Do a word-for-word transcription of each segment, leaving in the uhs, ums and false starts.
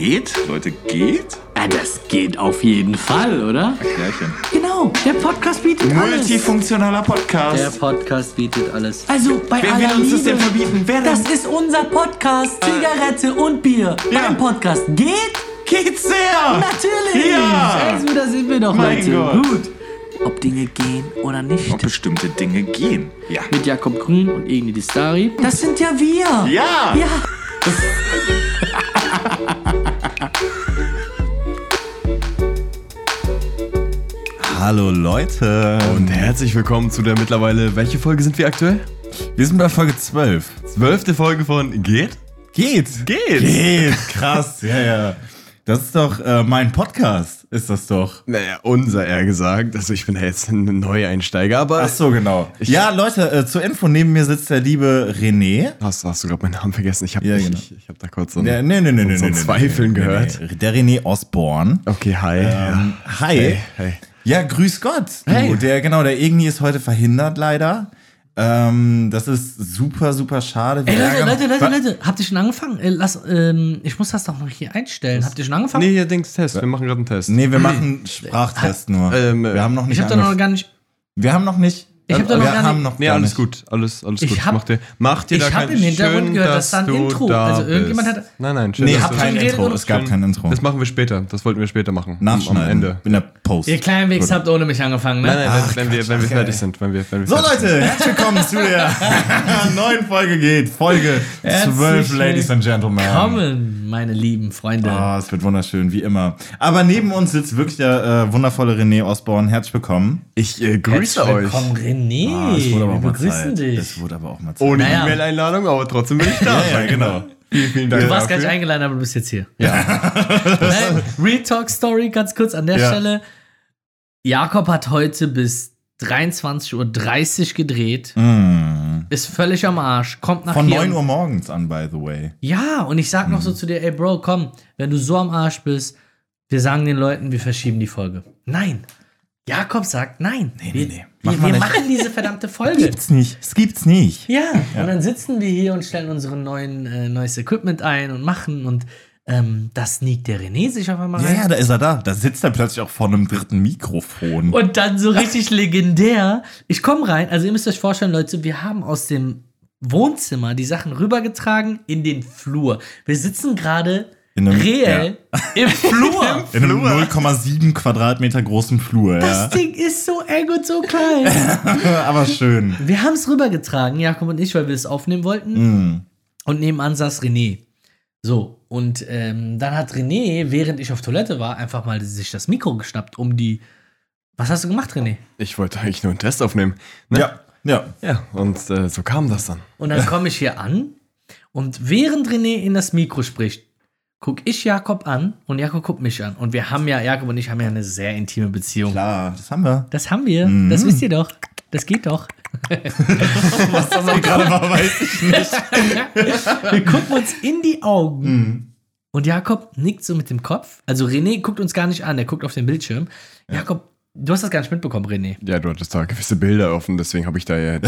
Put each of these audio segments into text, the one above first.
geht? Leute, geht? Ja, das geht auf jeden Fall, oder? Erklärchen. Genau, der Podcast bietet alles. Multifunktionaler Podcast. Der Podcast bietet alles. Also bei Wer aller will uns Liebe, das denn verbieten? Wer denn? das ist unser Podcast. Zigarette und Bier. Ja. Beim Podcast geht? Geht's sehr! Natürlich! Ja! Also, da sind wir doch Mein heute. Gott. Gut. Ob Dinge gehen oder nicht. Ob bestimmte Dinge gehen. Ja. Mit Jakob Grün und Egni Distari. Das sind ja wir. Ja! Ja. Hallo Leute Und herzlich willkommen zu der mittlerweile, welche Folge sind wir aktuell? wir sind bei Folge zwölf. Zwölfte Folge von Geht? Geht! Geht! Geht! Krass, ja, ja. Das ist doch äh, mein Podcast, ist das doch. Naja, unser eher gesagt. Also ich bin ja jetzt ein Neueinsteiger, aber... Ach so, genau. Ja, Leute, äh, zur Info, neben mir sitzt der liebe René. Hast, hast du gerade meinen Namen vergessen? Ich habe Ja, genau. ich, ich hab da kurz so ein, Ja, nee, nee, nee, nee, so ein nee, nee, Zweifeln nee, nee, gehört. nee, nee. Der René Osborn. Okay, hi. Ähm, hi. Hey, hey. Ja, grüß Gott. Du, Hey. Der, genau, der Igni ist heute verhindert, leider. Ähm, das ist super, super schade. Wir Ey, Leute, ärgern- Leute, Leute, Wa- Leute, habt ihr schon angefangen? Äh, lass, ähm, ich muss das doch noch hier einstellen. Habt ihr schon angefangen? Nee, hier Dings Test. Wir machen gerade einen Test. Nee, wir machen Sprachtest nur. Ähm, wir haben noch nicht ich hab da noch angef- gar nicht. Wir haben noch nicht. Ich hab da noch wir gar nicht- haben noch Nee, gar alles nicht. gut. Alles, alles Ich gut. hab- mach dir, mach dir ich da hab kein- im Hintergrund schön, gehört, dass dass da ein du Intro- da also irgendjemand bist. hat- Nein, nein, schön. Nee, dass hab du- kein geredet Intro. oder- Es gab kein Intro. Das machen wir später. Das wollten wir später machen. Am- Nachschneiden. Am Ende. In der Post. Ihr kleinen Wichs Gut. habt ohne mich angefangen, ne? Nein, nein, Ach, wenn, wenn wir, wenn wir fertig sind. Wenn wir, wenn wir So fertig Leute, herzlich willkommen zu der neuen Folge geht. Folge Herzlich zwölf, Ladies and Gentlemen. Kommen, meine lieben Freunde. Oh, es wird wunderschön, wie immer. Aber neben uns sitzt wirklich der äh, wundervolle René Osborn. Herzlich willkommen. Ich äh, grüße euch. Willkommen, René. Ah, es wurde aber wir auch mal begrüßen Zeit. dich. Es wurde aber auch mal Zeit. Ohne Naja. E-Mail-Einladung, aber trotzdem bin ich da. Ja, ja, genau. Vielen, vielen Dank. Du warst gar dafür. nicht eingeladen, aber du bist jetzt hier. Ja. Nein, Real Talk Story, ganz kurz an der Ja. Stelle. Jakob hat heute bis dreiundzwanzig Uhr dreißig gedreht. Mm. Ist völlig am Arsch. Kommt nach Von hier. neun Uhr morgens an, by the way. Ja, und ich sag noch so zu dir, ey Bro, komm, wenn du so am Arsch bist, wir sagen den Leuten, wir verschieben die Folge. Nein. Jakob sagt, nein. Nee, wir, nee, nee. Mach Wir, mal wir nicht. machen diese verdammte Folge. Gibt's nicht. Es gibt's nicht. Ja, und dann sitzen wir hier und stellen unseren neuen, äh, neues Equipment ein und machen und ähm, das sneakt der René sich auf einmal Ja, rein. ja, da ist er da. Da sitzt er plötzlich auch vor einem dritten Mikrofon. Und dann so richtig legendär. Ich komme rein, also ihr müsst euch vorstellen, Leute, wir haben aus dem Wohnzimmer die Sachen rübergetragen in den Flur. Wir sitzen gerade In einem- reell im Flur. In einem null Komma sieben Quadratmeter großen Flur, Das ja. Ding ist so eng und so klein. Aber schön. Wir haben es rübergetragen, Jakob und ich, weil wir es aufnehmen wollten. Mm. Und nebenan saß René. So, und ähm, dann hat René, während ich auf Toilette war, einfach mal sich das Mikro geschnappt, um die. Was hast du gemacht, René? Ich wollte eigentlich nur einen Test aufnehmen. Ne? Ja, ja. Ja, und äh, so kam das dann. Und dann komme ich hier an und während René in das Mikro spricht, gucke ich Jakob an und Jakob guckt mich an. Und wir haben ja, Jakob und ich haben ja eine sehr intime Beziehung. Klar, das haben wir. Das haben wir, Mhm. das wisst ihr doch. Das geht doch. Was das gerade war, weiß ich nicht. Wir gucken uns in die Augen Mhm. und Jakob nickt so mit dem Kopf. Also René guckt uns gar nicht an, der guckt auf den Bildschirm. Jakob, du hast das gar nicht mitbekommen, René. Ja, du hattest da gewisse Bilder offen, deswegen habe ich da ja.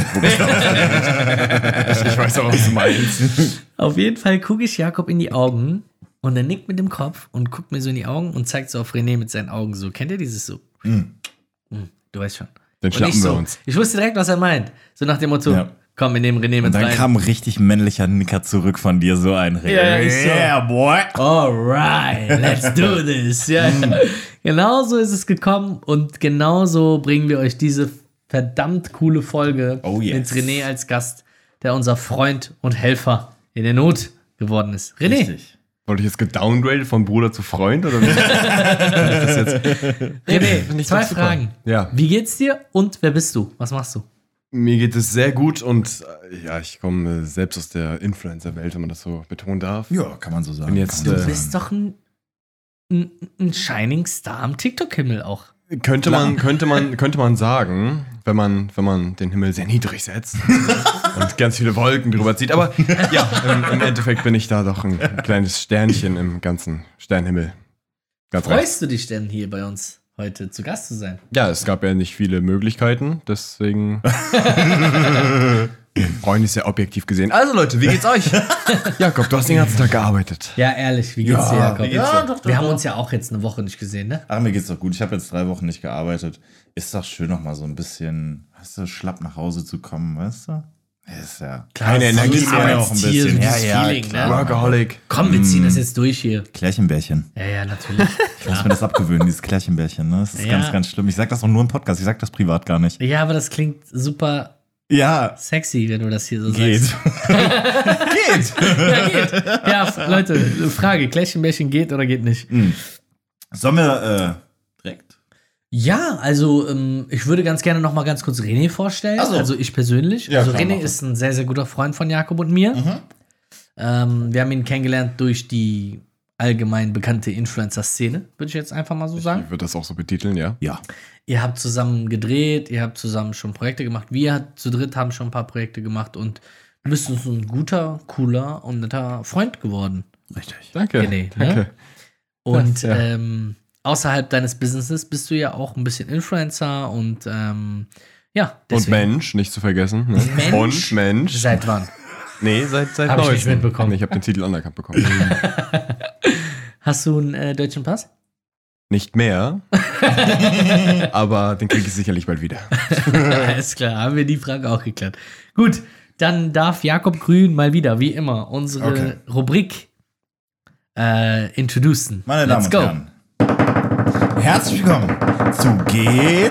ich, ich weiß auch, was du meinst. Auf jeden Fall gucke ich Jakob in die Augen und er nickt mit dem Kopf und guckt mir so in die Augen und zeigt so auf René mit seinen Augen so. Kennt ihr dieses so? Mhm. Hm, du weißt schon. Den Und ich schnappen wir so, uns. ich wusste direkt, was er meint. So nach dem Motto, Ja. komm, wir nehmen René mit Und dann rein. kam ein richtig männlicher Nicker zurück von dir, so ein René. Ja, ich so. Yeah, boy. Alright, let's do this. Ja. Genau so ist es gekommen und genauso bringen wir euch diese verdammt coole Folge Oh yes. mit René als Gast, der unser Freund und Helfer in der Not geworden ist. René, Richtig. Wollte ich jetzt gedowngradet von Bruder zu Freund oder wie? das jetzt? René, zwei doch super. Fragen. Ja. Wie geht's dir und wer bist du? Was machst du? Mir geht es sehr gut und äh, ja, ich komme äh, selbst aus der Influencer-Welt, wenn man das so betonen darf. Ja, kann man so sagen. Bin jetzt, Kann man Du so äh, bist doch ein, ein, ein Shining Star am TikTok-Himmel auch. Könnte man, könnte man, könnte man sagen, wenn man, wenn man den Himmel sehr niedrig setzt und ganz viele Wolken drüber zieht. Aber ja, im, im Endeffekt bin ich da doch ein kleines Sternchen im ganzen Sternenhimmel. Ganz recht. Freust du dich denn hier bei uns heute zu Gast zu sein? Ja, es gab ja nicht viele Möglichkeiten, deswegen Freunde ist ja objektiv gesehen. Also Leute, wie geht's euch? Jakob, du hast den ganzen Tag gearbeitet. Ja, ehrlich, wie geht's Ja, dir, Jakob? wie geht's dir? Doch, doch, Wir haben doch. uns ja auch jetzt eine Woche nicht gesehen, ne? Ach, mir geht's doch gut. Ich habe jetzt drei Wochen nicht gearbeitet. Ist doch schön, noch mal so ein bisschen, weißt du, schlapp nach Hause zu kommen, weißt du? Ist ja Keine Das Energie ist mehr. aber auch ein Ziel, bisschen. so Ja, dieses ja, Feeling, klar. ne? Workaholic. Komm, wir ziehen das jetzt durch hier. Klärchenbärchen. Ja, ja, natürlich. Ich muss mir das abgewöhnen, dieses Klärchenbärchen. Ne? Das ist Ja. ganz, ganz schlimm. Ich sag das auch nur im Podcast. Ich sag das privat gar nicht. Ja, aber das klingt super Ja, sexy, wenn du das hier so geht. sagst. geht. Ja, geht. Ja, f- Leute, Frage, Klärchenbärchen geht oder geht nicht? Sollen wir äh, direkt? Ja, also ähm, ich würde ganz gerne noch mal ganz kurz René vorstellen. Ach so. Also ich persönlich. Ja, also klar, René mach ist ein sehr, sehr guter Freund von Jakob und mir. Mhm. Ähm, wir haben ihn kennengelernt durch die allgemein bekannte Influencer-Szene, würde ich jetzt einfach mal so sagen. Ich würde das auch so betiteln, ja. Ja. Ihr habt zusammen gedreht, ihr habt zusammen schon Projekte gemacht. Wir zu dritt haben schon ein paar Projekte gemacht und du bist uns ein guter, cooler und netter Freund geworden. Richtig. Danke. René, ne? Danke. Und Das, ja. ähm, außerhalb deines Businesses bist du ja auch ein bisschen Influencer und ähm, ja, Und deswegen. Mensch, nicht zu vergessen. Ne? Mensch? Und Mensch. Seit wann? Nee, seit, seit Hab ich nicht neuestem. mitbekommen. Nee, ich habe den Titel anerkannt bekommen. Hast du einen äh, deutschen Pass? Nicht mehr. Aber den kriege ich sicherlich bald wieder. Alles klar, haben wir die Frage auch geklärt. Gut, dann darf Jakob Grün mal wieder, wie immer, unsere Okay. Rubrik äh, introducen. Meine Damen Let's und go. Herren, herzlich willkommen zu Geht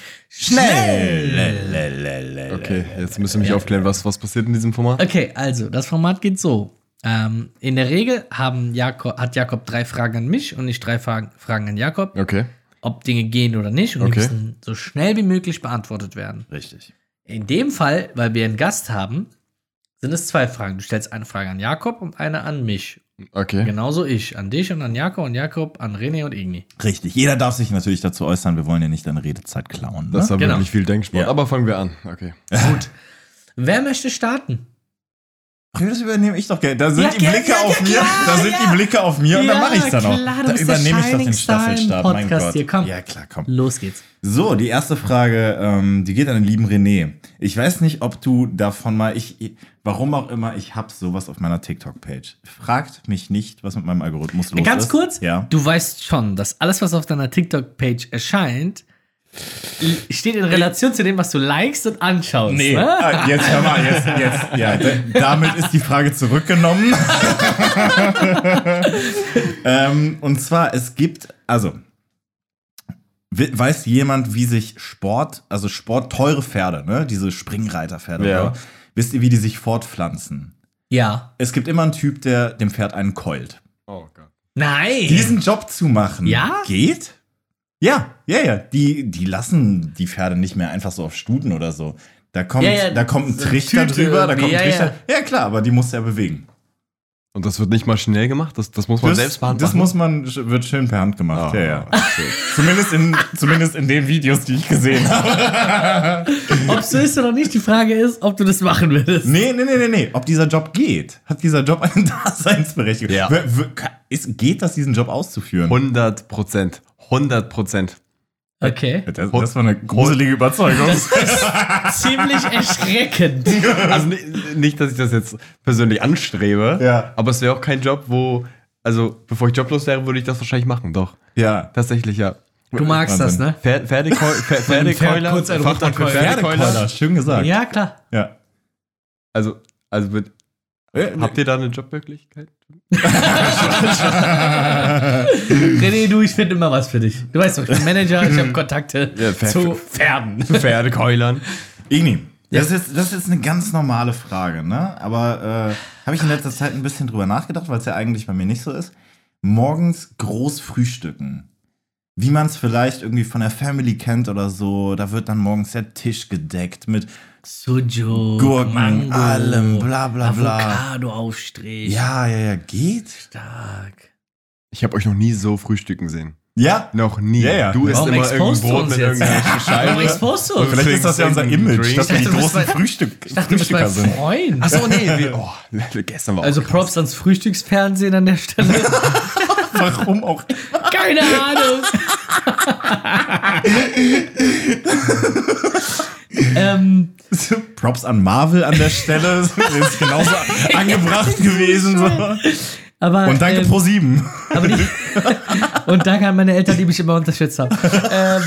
Schnell. Okay, jetzt müssen wir mich aufklären, was, was passiert in diesem Format. Okay, also, das Format geht so. Ähm, in der Regel haben Jakob, hat Jakob drei Fragen an mich und ich drei Fragen, Fragen an Jakob, Okay. ob Dinge gehen oder nicht. Und die Okay. müssen so schnell wie möglich beantwortet werden. Richtig. In dem Fall, weil wir einen Gast haben, sind es zwei Fragen. Du stellst eine Frage an Jakob und eine an mich. Okay. Genauso ich. An dich und an Jakob und Jakob an René und Igni. Richtig. Jeder darf sich natürlich dazu äußern. Wir wollen ja nicht deine Redezeit klauen. Ne? Das war Genau. wirklich viel Denksport. Ja. Aber fangen wir an. Okay. Gut. Wer möchte starten? Ach, das übernehme ich doch gerne. Da sind Ja, die gerne, Blicke ja, auf ja, mir. klar, Da sind ja. die Blicke auf mir und dann mache ich es dann auch. klar, du Da bist der übernehme ich doch den Shining Star im Staffelstart. Mein Podcast Gott. hier, komm. Ja, klar, komm. Los geht's. So, die erste Frage, ähm, die geht an den lieben René. Ich weiß nicht, ob du davon mal, ich, ich- warum auch immer, ich hab sowas auf meiner TikTok-Page. Fragt mich nicht, was mit meinem Algorithmus los Ganz ist. kurz, Ja. du weißt schon, dass alles, was auf deiner TikTok-Page erscheint, steht in Relation zu dem, was du likest und anschaust. Nee, ne? ah, jetzt hör mal, jetzt, jetzt, ja, d- damit ist die Frage zurückgenommen. ähm, und zwar, es gibt, also, we- weiß jemand, wie sich Sport, also Sport, teure Pferde, ne, diese Springreiterpferde, Ja. oder? Wisst ihr, wie die sich fortpflanzen? Ja. Es gibt immer einen Typ, der dem Pferd einen keult. Oh Gott. Nein. Diesen Job zu machen, Ja? geht? Ja, ja, ja. Die, die lassen die Pferde nicht mehr einfach so auf Stuten oder so. Da kommt, Ja, ja, da kommt ein so eine Trichter Tüte drüber, da irgendwie, kommt ein ja, Trichter. Ja. klar, aber die muss er bewegen. Und das wird nicht maschinell gemacht? Das, das muss man Das, selbst per Hand das machen? muss man, wird schön per Hand gemacht. Ah, ja, ja. zumindest, in, zumindest in den Videos, die ich gesehen habe. Ob es so ist oder nicht, die Frage ist, ob du das machen würdest. Nee, nee, nee, nee, nee. Ob dieser Job geht. Hat dieser Job eine Daseinsberechtigung? Ja. W- w- ist, geht das, diesen Job auszuführen? hundert Prozent. hundert Prozent. Okay. Das, das war eine gruselige Überzeugung. Das ist ziemlich erschreckend. Also ni- nicht, dass ich das jetzt persönlich anstrebe, Ja. aber es wäre auch kein Job, wo, also bevor ich joblos wäre, würde ich das wahrscheinlich machen, doch. Ja. Tatsächlich, ja. Du magst das, Wahnsinn. ne? Pferd, Pferdekeu Pferd, Pferdekeuler, kurz einen Fachmann für runterkeulen. Pferdekeuler. Schön gesagt. Ja, klar. Ja. Also, also mit, habt ihr da eine Jobmöglichkeit? René, du, ich finde immer was für dich. Du weißt doch, ich bin Manager, ich habe Kontakte Ja, Pferd- zu Pferden. Pferdekeulern. Igni, das, ist jetzt, das ist jetzt eine ganz normale Frage, ne? Aber äh, habe ich in letzter Zeit ein bisschen drüber nachgedacht, weil es ja eigentlich bei mir nicht so ist. Morgens groß frühstücken. Wie man es vielleicht irgendwie von der Family kennt oder so. Da wird dann morgens der Tisch gedeckt mit Sujo, Gurken, Mango, allem, bla bla bla. Avocado-Aufstrich. Ja, ja, ja, geht. Stark. Ich habe euch noch nie so frühstücken sehen. Ja, Noch nie. Ja, ja. Du isst Warum immer irgendein exposed du Brot uns mit jetzt? irgendwelchen Warum Scheiben. exposed du uns? vielleicht ist das ja unser Image, Drink. dass wir die Ich dachte, du bist großen mein- Frühstück Ich dachte, du bist mein Frühstücker sind. Freund. Achso, nee. Wir, oh, gestern war Also auch Props ans Frühstücksfernsehen an der Stelle. Warum auch? Keine Ahnung. ähm, Props an Marvel an der Stelle. Ist genauso angebracht gewesen. So. Aber, Und danke ähm, Pro sieben. Aber die, und danke an meine Eltern, die mich immer unterstützt haben. ähm,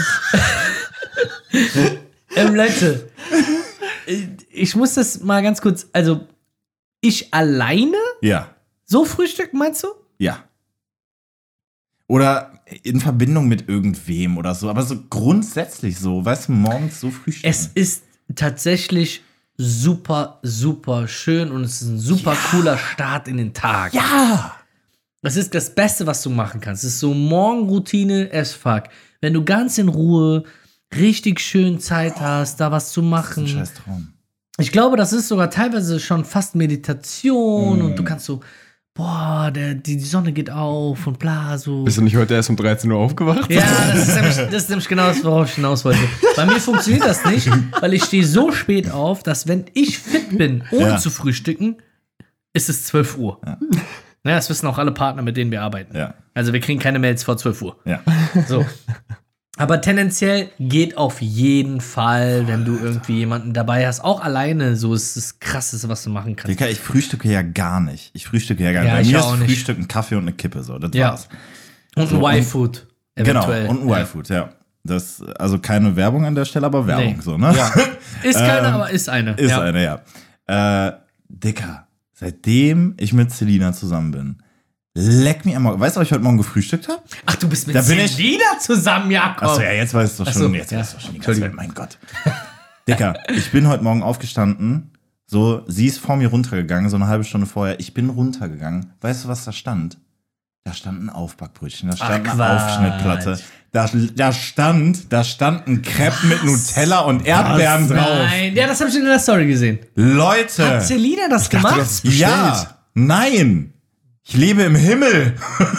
ähm, Leute, ich muss das mal ganz kurz, also ich alleine Ja, so frühstücken, meinst du? ja. Oder in Verbindung mit irgendwem oder so. Aber so grundsätzlich so, weißt du, morgens so frühstücken. Es ist tatsächlich super, super schön und es ist ein super ja. cooler Start in den Tag. Ja! Das ist das Beste, was du machen kannst. Es ist so Morgenroutine as fuck. Wenn du ganz in Ruhe richtig schön Zeit hast, da was zu machen. Das ist ein scheiß Traum. Ich glaube, das ist sogar teilweise schon fast Meditation Mm. und du kannst so, boah, der, die, die Sonne geht auf und bla, so. Bist du nicht heute erst um dreizehn Uhr aufgewacht? Ja, das ist, nämlich, das ist nämlich genau das, worauf ich hinaus wollte. Bei mir funktioniert das nicht, weil ich stehe so spät auf, dass wenn ich fit bin, ohne Ja. zu frühstücken, ist es zwölf Uhr. Ja. Ja, das wissen auch alle Partner, mit denen wir arbeiten. Ja. Also wir kriegen keine Mails vor zwölf Uhr. Ja. So. Aber tendenziell geht auf jeden Fall, wenn du irgendwie jemanden dabei hast, auch alleine, so ist das Krasseste, was du machen kannst. Digga, ich frühstücke ja gar nicht. Ich frühstücke ja gar nicht. Ja, Bei ich mir auch ist nicht. Frühstück ein Kaffee und eine Kippe, so. Das Ja. war's. Und So, ein und- Y-Food. Genau, Eventuell. und ein Y-Food, ja. Das, also keine Werbung an der Stelle, aber Werbung, Nee. so, ne? Ja. Ist keine, Ähm, aber ist eine. Ist ja. eine, ja. Äh, Dicker, seitdem ich mit Selina zusammen bin, leck mir am Morgen. Weißt du, was ich heute Morgen gefrühstückt habe? Ach, du bist mit Da bin ich- Selina zusammen, Jakob. Achso, ja, jetzt weißt du doch Ach schon. so, jetzt ja. weißt du doch schon die ganze Welt, Entschuldigung. mein Gott. Dicker, ich bin heute Morgen aufgestanden. So, sie ist vor mir runtergegangen, so eine halbe Stunde vorher. Ich bin runtergegangen. Weißt du, was da stand? Da stand ein Aufbackbrötchen, da stand Ach, eine Quatsch. Aufschnittplatte. Da, da stand, da stand ein Crepe mit Nutella und Erdbeeren drauf. Nein, ja, das habe ich in der Story gesehen. Leute! Hat Selina das gemacht? Ja! Nein! Ich lebe im Himmel!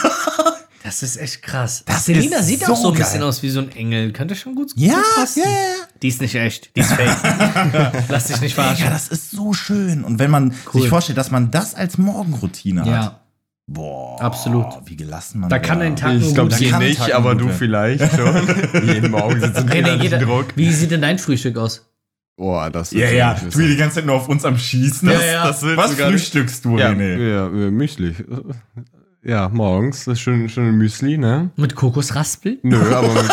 Das ist echt krass. Das Selina ist sieht so auch so ein geil. bisschen aus wie so ein Engel. Könnte schon gut, Ja, gut passen. ja, ja. Die ist nicht echt. Die ist fake. Lass dich nicht verarschen. Ja, das ist so schön. Und wenn man Cool. sich vorstellt, dass man das als Morgenroutine hat. Ja, Boah, Absolut. wie gelassen man da kann wäre. ein Tag nur Ich glaube, gut sie sie gehen. kann nicht, Tag aber gut du werden. vielleicht schon. Jeden Morgen sitzt ein René, innerlichen jeder, Druck. wie sieht denn dein Frühstück aus? Boah, das Ja, ja, tu die ganze Zeit nur auf uns am Schießen. Ja, ja. Das, was frühstückst du, Ja, René? ja, äh, Müsli. Ja, morgens, das ist schön, schön Müsli, ne? Mit Kokosraspel? Nö, aber mit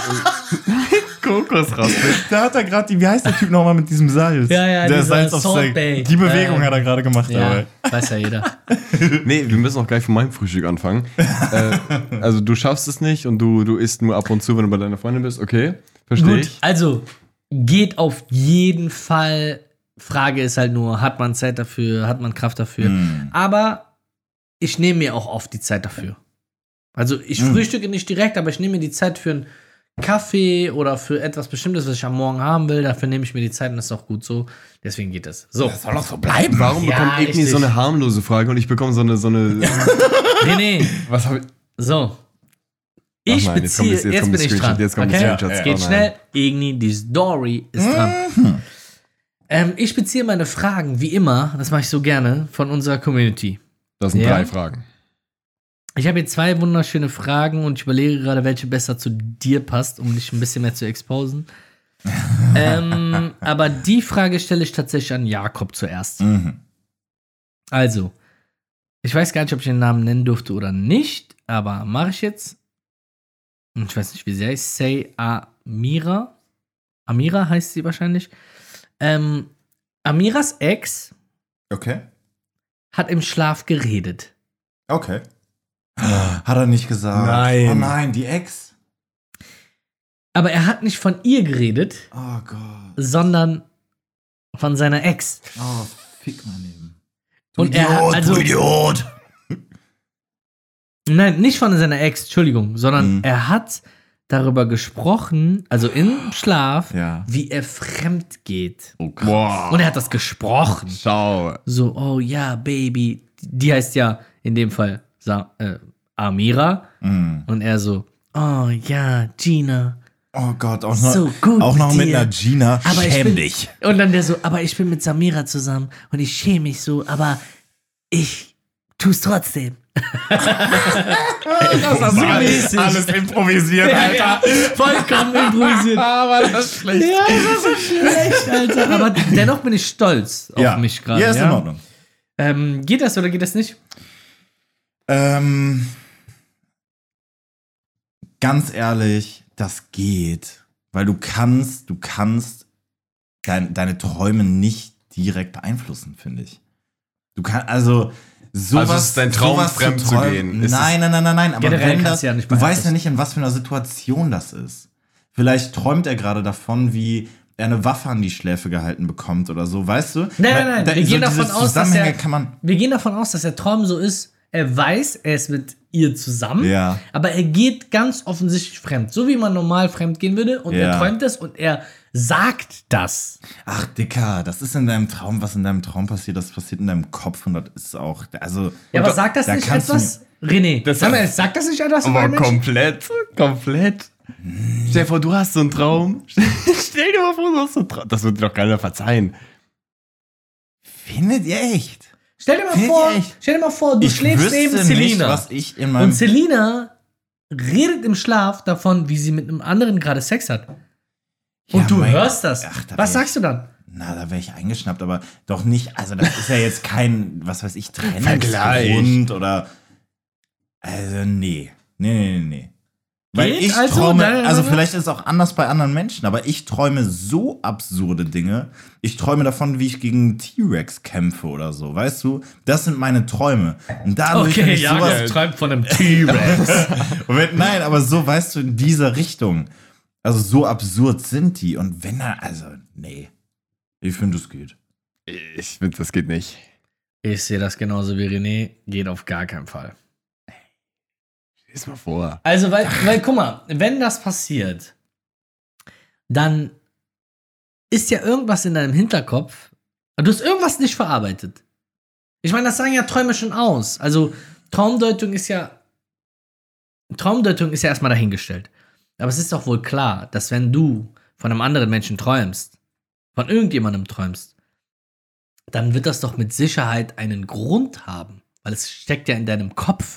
Kokosraspel. Da hat er gerade die, wie heißt der Typ nochmal mit diesem Salz? Ja, ja, der dieser Salz auf Salt Steak. Bay. Die Bewegung Ähm, hat er gerade gemacht Ja, dabei. weiß ja jeder. Nee, wir müssen auch gleich von meinem Frühstück anfangen. äh, also du schaffst es nicht und du, du isst nur ab und zu, wenn du bei deiner Freundin bist. Okay, verstehe Gut, ich. also geht auf jeden Fall. Frage ist halt nur, hat man Zeit dafür, hat man Kraft dafür? Mm. Aber ich nehme mir auch oft die Zeit dafür. Also ich Mm. frühstücke nicht direkt, aber ich nehme mir die Zeit für einen Kaffee oder für etwas Bestimmtes, was ich am Morgen haben will. Dafür nehme ich mir die Zeit und das ist auch gut so. Deswegen geht das. So, Das soll doch so bleiben. Warum Ja, bekommt Igni richtig. so eine harmlose Frage und ich bekomme so eine, so eine René, was hab ich? so. Ich nein, jetzt kommt beziehe, das- jetzt jetzt kommt bin das ich Screenshot, dran. jetzt kommt okay? das Screenshot. Es Oh geht nein. schnell. Igni, die Story ist dran. Ähm, ich beziehe meine Fragen, wie immer, das mache ich so gerne, von unserer Community. Das sind Ja. drei Fragen. Ich habe hier zwei wunderschöne Fragen und ich überlege gerade, welche besser zu dir passt, um dich ein bisschen mehr zu exposen. ähm, aber die Frage stelle ich tatsächlich an Jakob zuerst. Mhm. Also, ich weiß gar nicht, ob ich den Namen nennen durfte oder nicht, aber mache ich jetzt. Und ich weiß nicht, wie sie heißt. Say Amira. Amira heißt sie wahrscheinlich. Ähm, Amiras Ex Okay. hat im Schlaf geredet. Okay. Hat er nicht gesagt. Nein. Oh nein, die Ex. Aber er hat nicht von ihr geredet, Oh Gott. sondern von seiner Ex. Oh, fick mein Leben. Und er hat, also, Idiot. nein, nicht von seiner Ex, Entschuldigung, sondern Mhm. er hat darüber gesprochen, also im Schlaf, Ja. wie er fremd geht. Oh Gott. Boah. Und er hat das gesprochen. Schau. So, oh ja, Baby. Die heißt ja in dem Fall Sa äh, Amira. Mhm. Und er so, oh ja, Gina. Oh Gott, auch noch, So gut auch noch mit mit dir. einer Gina. Aber ich Schäm bin, dich. Und dann der so, aber ich bin mit Samira zusammen und ich schäme mich so, aber ich tu es trotzdem. Das hast du mäßig. alles improvisiert, Alter. Ja, vollkommen improvisiert. Aber das ist schlecht. Ja, das ist so schlecht, Alter. Aber dennoch bin ich stolz auf Ja. mich gerade. Ja, ist ja? in Ordnung. Ähm, geht das oder geht das nicht? Ähm, ganz ehrlich, das geht. Weil du kannst, du kannst dein, deine Träume nicht direkt beeinflussen, finde ich. Du kannst, also, sowas. Also es ist dein Traum, sowas fremd zu träumen- gehen. Ist Nein, nein, nein, nein, nein. Aber Generell wenn kannst das, du ja nicht du weißt ja beeinflussen. nicht, in was für einer Situation das ist. Vielleicht träumt er gerade davon, wie er eine Waffe an die Schläfe gehalten bekommt oder so, weißt du? Nein, nein, nein. Da- Wir so gehen diese davon aus, dass Zusammenhänge er, kann man. wir gehen davon aus, dass der Traum so ist, er weiß, er ist mit ihr zusammen, Ja. aber er geht ganz offensichtlich fremd. So wie man normal fremd gehen würde und Ja. er träumt es und er sagt das. Ach, Dicker, das ist in deinem Traum, was in deinem Traum passiert, das passiert in deinem Kopf und das ist auch, also. Ja, aber da- sagt das da nicht kannst du etwas? René, Das- sag mal, sagt das nicht etwas über Aber einen Menschen? komplett, komplett. Stell dir vor, du hast so einen Traum. Stell dir mal vor, du hast so einen Traum. Das wird dir doch keiner verzeihen. Findet ihr echt? Stell dir mal Findet vor, ihr echt? stell dir mal vor, du Ich schläfst wüsste neben nicht, Selina. was ich in meinem. Und Selina redet im Schlaf davon, wie sie mit einem anderen gerade Sex hat. Und Ja, du mein- hörst das. Ach, da Was wär sagst du dann? Na, da wäre ich eingeschnappt, aber doch nicht. Also, das ist ja jetzt kein, was weiß ich, Vergleich. Trennungsgrund oder. Also, nee. Nee, nee, nee, nee. Weil Geht ich also? träume, Nein, nein, also nein. vielleicht ist es auch anders bei anderen Menschen, aber ich träume so absurde Dinge. Ich träume davon, wie ich gegen einen T-Rex kämpfe oder so, weißt du? Das sind meine Träume. Und dadurch, wenn ich sowas träumt von einem T-Rex. Und wenn, nein, aber so, weißt du, in dieser Richtung. Also so absurd sind die. Und wenn er, also, nee. Ich finde, es geht. Ich finde, das geht nicht. Ich sehe das genauso wie René. Geht auf gar keinen Fall. Lies mal vor. Also, weil, weil, guck mal, wenn das passiert, dann ist ja irgendwas in deinem Hinterkopf. Du hast irgendwas nicht verarbeitet. Ich meine, das sagen ja Träume schon aus. Also, Traumdeutung ist ja. Traumdeutung ist ja erstmal dahingestellt. Aber es ist doch wohl klar, dass wenn du von einem anderen Menschen träumst, von irgendjemandem träumst, dann wird das doch mit Sicherheit einen Grund haben. Weil es steckt ja in deinem Kopf.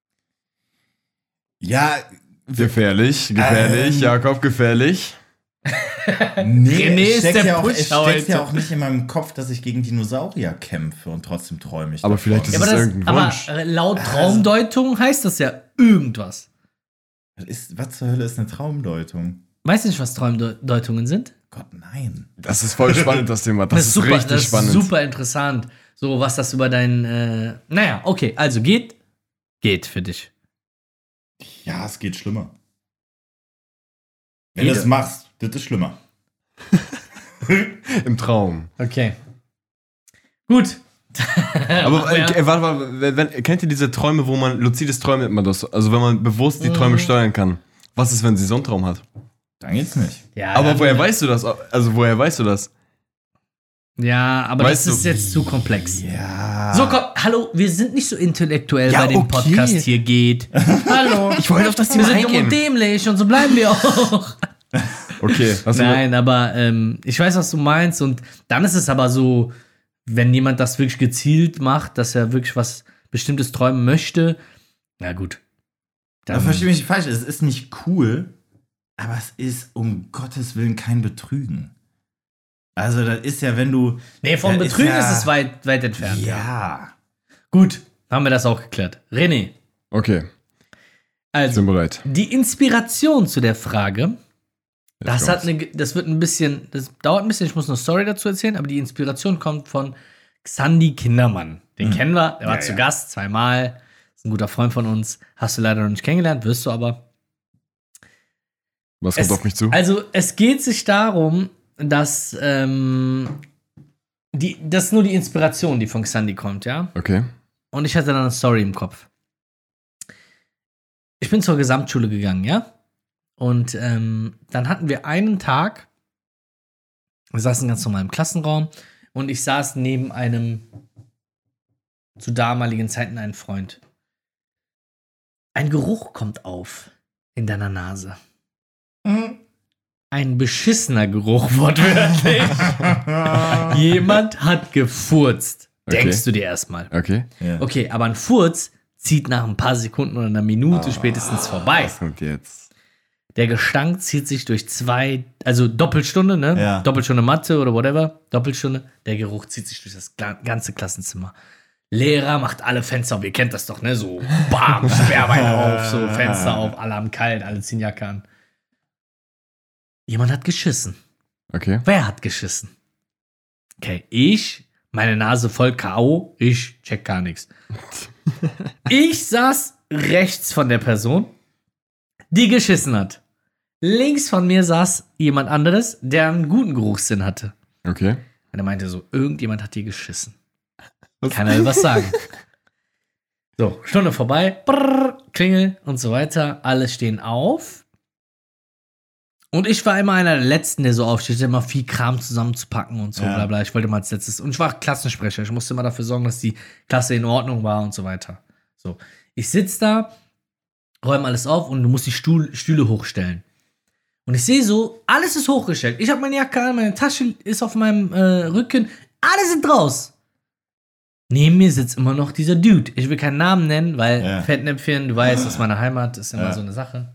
Ja, Gefährlich, gefährlich, Ähm. Jakob, gefährlich. nee, René es ist steckt, der ja auch, Push es steckt heute. ja auch nicht in meinem Kopf, dass ich gegen Dinosaurier kämpfe und trotzdem träume ich Aber davon. vielleicht ist Ja, es aber, das, irgendein aber Wunsch. äh, laut Traumdeutung heißt das ja irgendwas. Was, ist, was zur Hölle ist eine Traumdeutung? Weißt du nicht, was Traumdeutungen sind? Gott, nein. Das ist voll spannend, das Thema. Das, ist super, richtig das ist spannend. super interessant. So, was das über dein. Äh, naja, okay, also geht. Geht für dich. Ja, es geht schlimmer. Wenn Geht- du es machst, das ist schlimmer. Im Traum. Okay. Gut. Aber äh, ja. äh, warte mal, wenn, wenn, kennt ihr diese Träume, wo man, luzides Träumen nennt man das, also wenn man bewusst die Träume Mhm. steuern kann. Was ist, wenn sie so einen Traum hat? Dann geht's nicht. Ja, Aber dann- woher weißt du das? Also woher weißt du das? Ja, aber Weißt das ist du- jetzt zu komplex. Ja. So, komm, hallo, wir sind nicht so intellektuell Ja, bei dem okay. Podcast hier geht. Hallo. Ich wollte auf das Wir Thema sind dumm und eingehen. dämlich und so bleiben wir auch. Okay. Hast du Nein, aber ähm, ich weiß, was du meinst. Und dann ist es aber so, wenn jemand das wirklich gezielt macht, dass er wirklich was Bestimmtes träumen möchte, na gut. Da Dann, verstehe mich nicht falsch. Es ist nicht cool, aber es ist um Gottes Willen kein Betrügen. Also, das ist ja, wenn du. nee, vom Ja, Betrügen ist ist, ja- es weit, weit entfernt. Ja. Gut, haben wir das auch geklärt. René, Okay, also sind bereit. die Inspiration zu der Frage, Let's das, go. hat eine, das wird ein bisschen, das dauert ein bisschen, ich muss eine Story dazu erzählen, aber die Inspiration kommt von Xandi Kindermann. Den kennen wir, der war Ja, zu ja. Gast zweimal, ist ein guter Freund von uns, hast du leider noch nicht kennengelernt, wirst du aber. Was kommt Es- auf mich zu? Also, es geht sich darum, dass ähm, die, das ist nur die Inspiration, die von Xandi kommt, ja? Okay. Und ich hatte dann eine Story im Kopf. Ich bin zur Gesamtschule gegangen, ja? Und ähm, dann hatten wir einen Tag, wir saßen ganz normal im Klassenraum und ich saß neben einem zu damaligen Zeiten einen Freund. Ein Geruch kommt auf in deiner Nase. Ein beschissener Geruch, wortwörtlich. Jemand hat gefurzt. Okay. Denkst du dir erstmal. Okay. Ja. Okay, aber ein Furz zieht nach ein paar Sekunden oder einer Minute spätestens vorbei. Was kommt jetzt? Der Gestank zieht sich durch zwei, also Doppelstunde, ne? Ja. Doppelstunde Mathe oder whatever. Doppelstunde. Der Geruch zieht sich durch das gla- ganze Klassenzimmer. Lehrer macht alle Fenster auf. Ihr kennt das doch, ne? So, bam, Sperrbein auf, so Fenster auf, alle haben kalt, alle ziehen Jacke an. Jemand hat geschissen. Okay. Wer hat geschissen? Okay, ich, meine Nase voll K O, ich check gar nichts. Ich saß rechts von der Person, die geschissen hat. Links von mir saß jemand anderes, der einen guten Geruchssinn hatte. Okay. Und er meinte so, irgendjemand hat hier geschissen. Keiner will was sagen. So, Stunde vorbei, brrr, Klingel und so weiter. Alle stehen auf. Und ich war immer einer der Letzten, der so aufsteht, immer viel Kram zusammenzupacken und so, Ja. bla bla. Ich wollte mal als Letztes. Und ich war Klassensprecher. Ich musste immer dafür sorgen, dass die Klasse in Ordnung war und so weiter. So, ich sitze da, räume alles auf und du musst die Stuhl, Stühle hochstellen. Und ich sehe so, alles ist hochgestellt. Ich habe meine Jacke an, meine Tasche ist auf meinem äh, Rücken. Alle sind raus. Neben mir sitzt immer noch dieser Dude. Ich will keinen Namen nennen, weil Ja. Fettnäpfchen, du weißt, das ist meine Heimat, ist immer Ja. so eine Sache.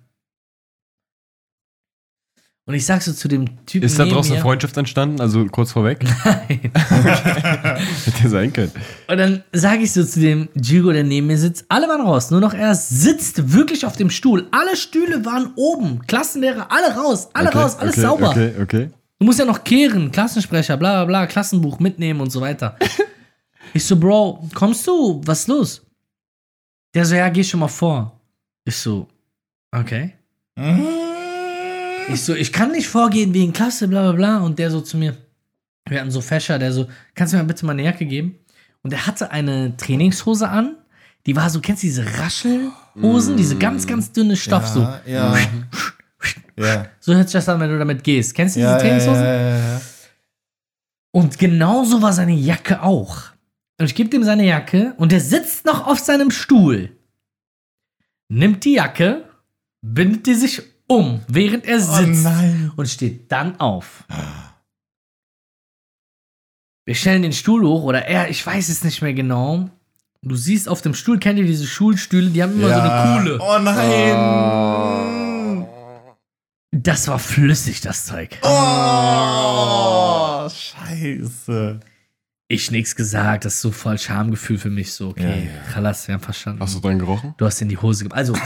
Und ich sag so zu dem Typen Ist da neben draußen mir, Freundschaft entstanden? Also kurz vorweg? Nein. Hätte sein können. Und dann sage ich so zu dem Djugo, der neben mir sitzt, alle waren raus, nur noch er sitzt wirklich auf dem Stuhl. Alle Stühle waren oben, Klassenlehrer, alle raus, alle Okay, raus, alles okay, sauber. Okay, okay. Du musst ja noch kehren, Klassensprecher, bla bla bla, Klassenbuch mitnehmen und so weiter. Ich so, Bro, kommst du? Was ist los? Der so, ja, geh schon mal vor. Ich so, okay. Ich so, ich kann nicht vorgehen wegen Klasse, bla bla bla. Und der so zu mir, wir hatten so Fächer, der so, kannst du mir bitte mal eine Jacke geben? Und er hatte eine Trainingshose an, die war so, kennst du diese Raschelhosen, diese ganz, ganz dünne Stoff, so. Ja, ja. So hört sich das an, wenn du damit gehst. Kennst du diese Ja, ja, Trainingshosen? ja, ja, ja. Und genauso war seine Jacke auch. Und ich gebe ihm seine Jacke und der sitzt noch auf seinem Stuhl. Nimmt die Jacke, bindet die sich um, während er sitzt. nein. Und steht dann auf. Wir stellen den Stuhl hoch oder er, ich weiß es nicht mehr genau. Du siehst auf dem Stuhl, kennt ihr diese Schulstühle, die haben immer so eine Kuhle. Oh nein. Das war flüssig, das Zeug. Oh, scheiße. Ich nix gesagt, das ist so voll Schamgefühl für mich. So, okay, Ja, ja. Chalas, wir haben verstanden. Hast du dran gerochen? Du hast in die Hose ge- Also,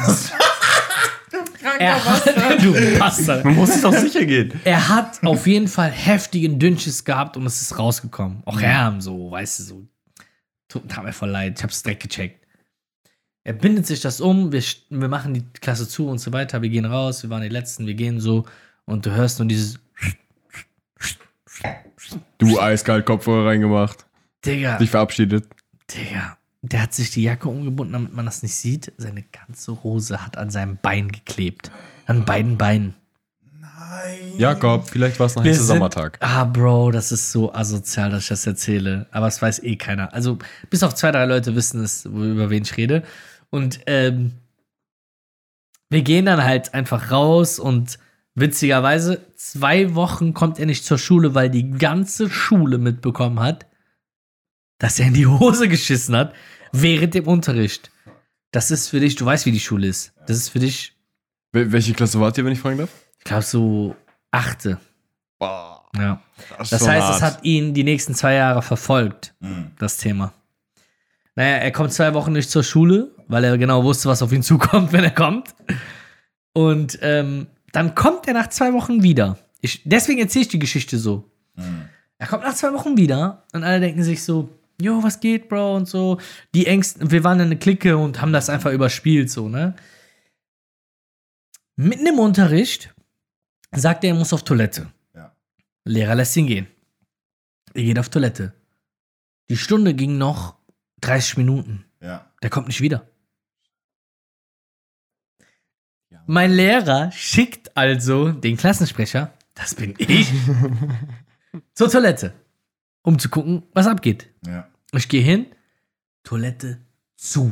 er hat, du Bastard. Man muss es doch sicher gehen. Er hat auf jeden Fall heftigen Dünnschiss gehabt und es ist rausgekommen. Auch Herm, so, weißt du, so. Tut tat mir voll leid, ich hab's direkt gecheckt. Er bindet sich das um, wir, st- wir machen die Klasse zu und so weiter, wir gehen raus, wir waren die Letzten, wir gehen so und du hörst nur dieses Du eiskalt Kopfhörer reingemacht. Digga, Dich verabschiedet. Digga. Der hat sich die Jacke umgebunden, damit man das nicht sieht. Seine ganze Hose hat an seinem Bein geklebt. An beiden Beinen. Nein. Jakob, vielleicht war es ein Wir heißer sind- Sommertag. Ah, Bro, das ist so asozial, dass ich das erzähle. Aber es weiß eh keiner. Also, bis auf zwei, drei Leute wissen es, wo- über wen ich rede. Und ähm, wir gehen dann halt einfach raus und witzigerweise, zwei Wochen kommt er nicht zur Schule, weil die ganze Schule mitbekommen hat, dass er in die Hose geschissen hat während dem Unterricht. Das ist für dich, du weißt, wie die Schule ist. Das ist für dich, Wel- Welche Klasse wart ihr, wenn ich fragen darf? ich glaube, so achte. Boah, Ja. das, Das heißt, es hat ihn die nächsten zwei Jahre verfolgt, Mhm. das Thema. Naja, er kommt zwei Wochen nicht zur Schule, weil er genau wusste, was auf ihn zukommt, wenn er kommt. Und ähm, dann kommt er nach zwei Wochen wieder. Ich, deswegen erzähle ich die Geschichte so. Mhm. Er kommt nach zwei Wochen wieder und alle denken sich so, jo, was geht, Bro, und so. Die Ängsten, wir waren in eine Clique und haben das einfach überspielt, so, ne? Mitten im Unterricht sagt er, er muss auf Toilette. Ja. Lehrer lässt ihn gehen. Er geht auf Toilette. Die Stunde ging noch dreißig Minuten. Ja. Der kommt nicht wieder. Mein Lehrer schickt also den Klassensprecher, das bin ich, zur Toilette, um zu gucken, was abgeht. Ja. Ich gehe hin, Toilette zu.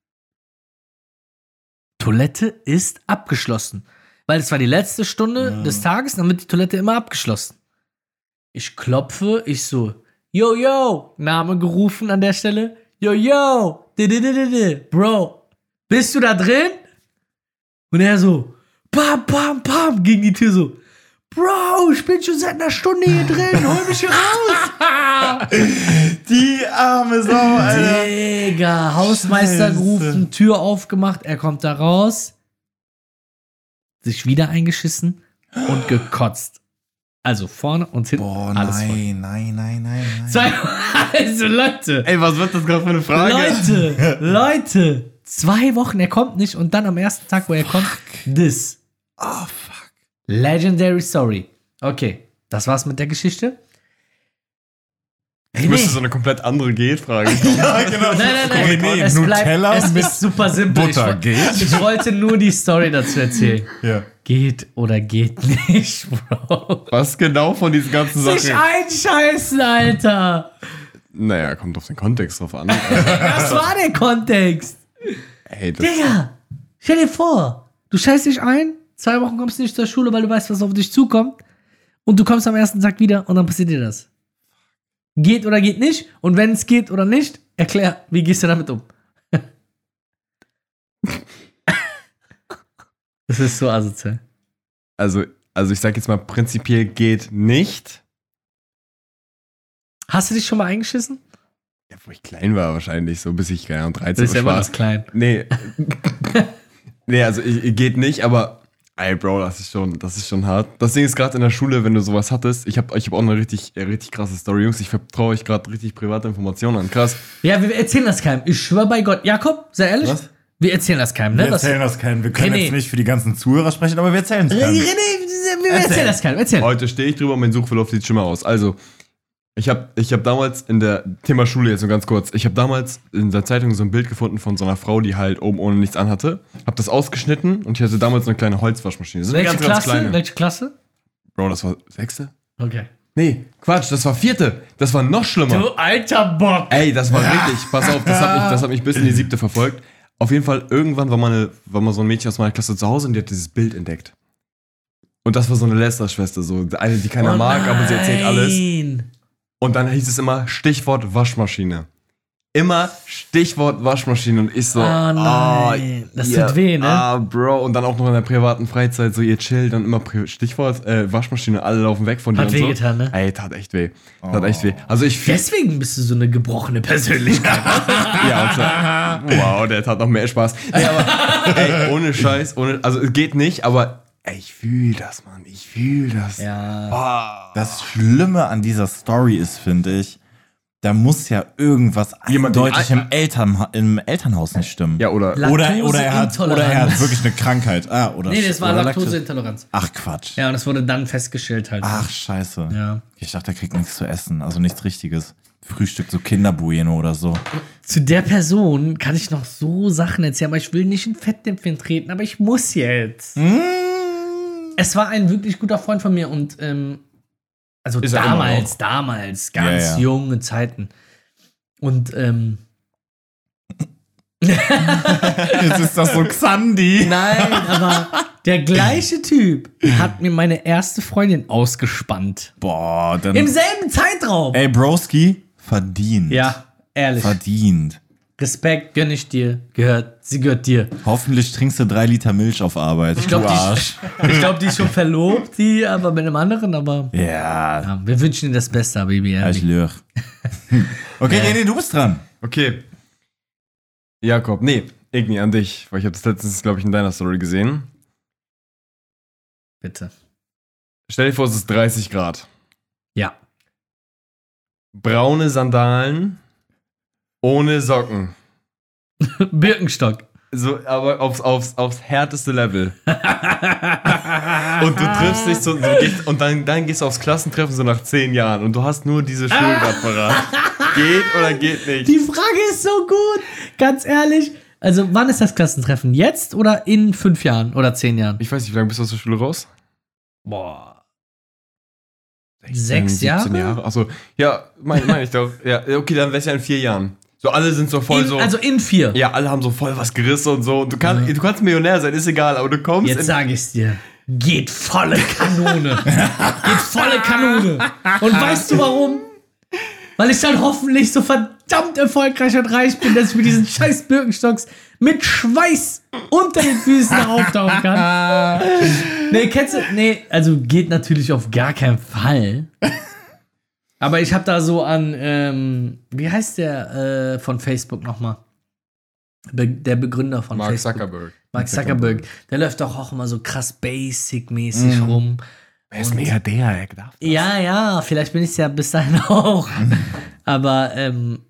Toilette ist abgeschlossen. Weil es war die letzte Stunde Mhm. des Tages, dann wird die Toilette immer abgeschlossen. Ich klopfe, ich so, Yo, yo, Name gerufen an der Stelle. Yo, yo, Bro, bist du da drin? Und er so, pam, pam, pam, gegen die Tür so, Bro, ich bin schon seit einer Stunde hier drin, hol mich hier raus. Die arme Sau, Alter. Digga, Hausmeister Scheiße. gerufen, Tür aufgemacht, er kommt da raus, sich wieder eingeschissen und gekotzt. Also vorne und hinten Boah, alles voll. nein, nein, nein, nein, nein. Zwei, also Leute, Ey, was wird das gerade für eine Frage? Leute, Leute, zwei Wochen, er kommt nicht und dann am ersten Tag, wo er kommt, this. Oh, fuck. Legendary Story. Okay, das war's mit der Geschichte. Ich müsste so eine komplett andere Geht-Frage kommen. Ja, genau. Nein, nein, nein, Nee, es Nutella bleibt, es mit ist super simpel. Butter ich, geht? ich wollte nur die Story dazu erzählen. Ja. Geht oder geht nicht, Bro. Was genau von diesen ganzen Sich Sachen? einscheißen, Alter. Naja, kommt auf den Kontext drauf an. Das war der Kontext. Ey, das Digga, stell dir vor, du scheißt dich ein, zwei Wochen kommst du nicht zur Schule, weil du weißt, was auf dich zukommt. Und du kommst am ersten Tag wieder und dann passiert dir das. Geht oder geht nicht. Und wenn es geht oder nicht, erklär, wie gehst du damit um? Das ist so asozial. also, also ich sag jetzt mal, prinzipiell geht nicht. Hast du dich schon mal eingeschissen? Ja, wo ich klein war wahrscheinlich, so bis ich, keine Ahnung, dreizehn Das ist ja immer war. das klein. Nee. nee, also ich, geht nicht, aber ey, Bro, das ist schon, das ist schon hart. Das Ding ist gerade in der Schule, wenn du sowas hattest, ich habe ich hab auch eine richtig, äh, richtig krasse Story, Jungs. Ich vertraue euch gerade richtig private Informationen an. Krass. Ja, wir erzählen das keinem. Ich schwöre bei Gott. Jakob, sei ehrlich. Was? Wir erzählen das keinem, ne? Wir erzählen das keinen. Wir können René. jetzt nicht für die ganzen Zuhörer sprechen, aber wir erzählen es René, keinem. wir erzählen das keinem. Erzähl. Heute stehe ich drüber und mein Suchverlauf sieht schon mal aus. Also, ich habe ich hab damals in der, Thema Schule jetzt nur ganz kurz, ich habe damals in der Zeitung so ein Bild gefunden von so einer Frau, die halt oben ohne nichts anhatte. Hab das ausgeschnitten und ich hatte damals eine kleine Holzwaschmaschine. Das ist eine Welche ganz, ganz Klasse? kleine. Welche Klasse? Bro, das war sechste? Okay. Nee, Quatsch, das war vierte. Das war noch schlimmer. Du alter Bock. Ey, das war richtig. Pass auf, das hat mich, das hat mich bis in die siebte verfolgt. Auf jeden Fall, irgendwann war, meine, war mal so ein Mädchen aus meiner Klasse zu Hause und die hat dieses Bild entdeckt. Und das war so eine Lester-Schwester, so eine, die keiner Oh mag, aber sie erzählt alles. nein. Und dann hieß es immer Stichwort Waschmaschine. Immer Stichwort Waschmaschine und ich so, Oh nein. Das tut weh, ne? Ah, Bro. Und dann auch noch in der privaten Freizeit, so ihr chillt und immer Pri- Stichwort äh, Waschmaschine, alle laufen weg von dir Hat und so. wehgetan, ne? Ey, tat echt weh. Tat echt weh. Also ich fühl- Deswegen bist du so eine gebrochene Persönlichkeit. Ja, und so, wow, der tat noch mehr Spaß. Nee, aber, ey, ohne Scheiß, ohne, also es geht nicht, aber ey, ich fühl das, Mann, ich fühl das. Ja. Das Schlimme an dieser Story ist, finde ich, da muss ja irgendwas Jemand- eindeutig die- im, Eltern, im Elternhaus nicht stimmen. Ja, oder, La- oder, oder, er hat, oder er hat Laktoseintoleranz. wirklich eine Krankheit. Ah, oder Nee, das war oder Laktoseintoleranz. Ach, Quatsch. Ja, und das wurde dann festgestellt halt. Ach, scheiße. Ja. Ich dachte, er kriegt nichts zu essen, also nichts Richtiges. Frühstück, so Kinderbueno oder so. Zu der Person kann ich noch so Sachen erzählen, aber ich will nicht in Fettnäpfchen treten, aber ich muss jetzt. Mm. Es war ein wirklich guter Freund von mir und ähm, also Ist er immer damals, noch? damals, ganz Ja, ja. junge Zeiten. Und ähm, Jetzt ist das so Xandi. nein, aber der gleiche Typ hat mir meine erste Freundin ausgespannt. Boah, dann. Im selben Zeitraum. Ey, Broski, verdient. Ja, ehrlich. Verdient. Respekt gönn ich dir. Gehört, sie gehört dir. Hoffentlich trinkst du drei Liter Milch auf Arbeit. Ich glaube, du Arsch. die, ich glaub, die ist schon verlobt, die, aber mit einem anderen, aber Ja, ja, wir wünschen dir das Beste, Baby. ich Ehrlich. lüg. Okay, René, du bist dran. okay. Jakob, nee, Igni, an dich, weil ich habe das letztens, glaube ich, in deiner Story gesehen. Bitte. Stell dir vor, es ist dreißig Grad. Ja. Braune Sandalen ohne Socken. Birkenstock. So, aber aufs, aufs, aufs härteste Level. Und du triffst dich so, so gehst, und dann, dann gehst du aufs Klassentreffen so nach zehn Jahren und du hast nur diese Schuhe gerade parat. Geht oder geht nicht? Die Frage ist so gut. Ganz ehrlich. Also, wann ist das Klassentreffen? Jetzt oder in fünf Jahren oder zehn Jahren? Ich weiß nicht, wie lange bist du aus der Schule raus? Boah. Sechs siebzehn Jahre? Jahre? Achso, ja, meine mein ich doch. Ja, okay, dann wär's ja in vier Jahren. So, alle sind so voll In, so. also in vier. Ja, alle haben so voll was gerissen und so. Und du, kann, du kannst Millionär sein, ist egal, aber du kommst Jetzt in, sage ich's dir. Geht volle Kanone. Geht volle Kanone. Und weißt du warum? weil ich dann hoffentlich so verdammt erfolgreich und reich bin, dass ich mit diesen scheiß Birkenstocks mit Schweiß unter den Füßen auftauchen kann. Nee, kennst du? Nee, also geht natürlich auf gar keinen Fall. Aber ich habe da so an, ähm, wie heißt der äh, von Facebook nochmal? Be- der Begründer von Mark Facebook. Zuckerberg. Mark Zuckerberg. Der läuft doch auch immer so krass basic-mäßig mm. rum. Er ist mega der, er darf. Ja, ja, vielleicht bin ich es ja bis dahin auch. Aber, ähm,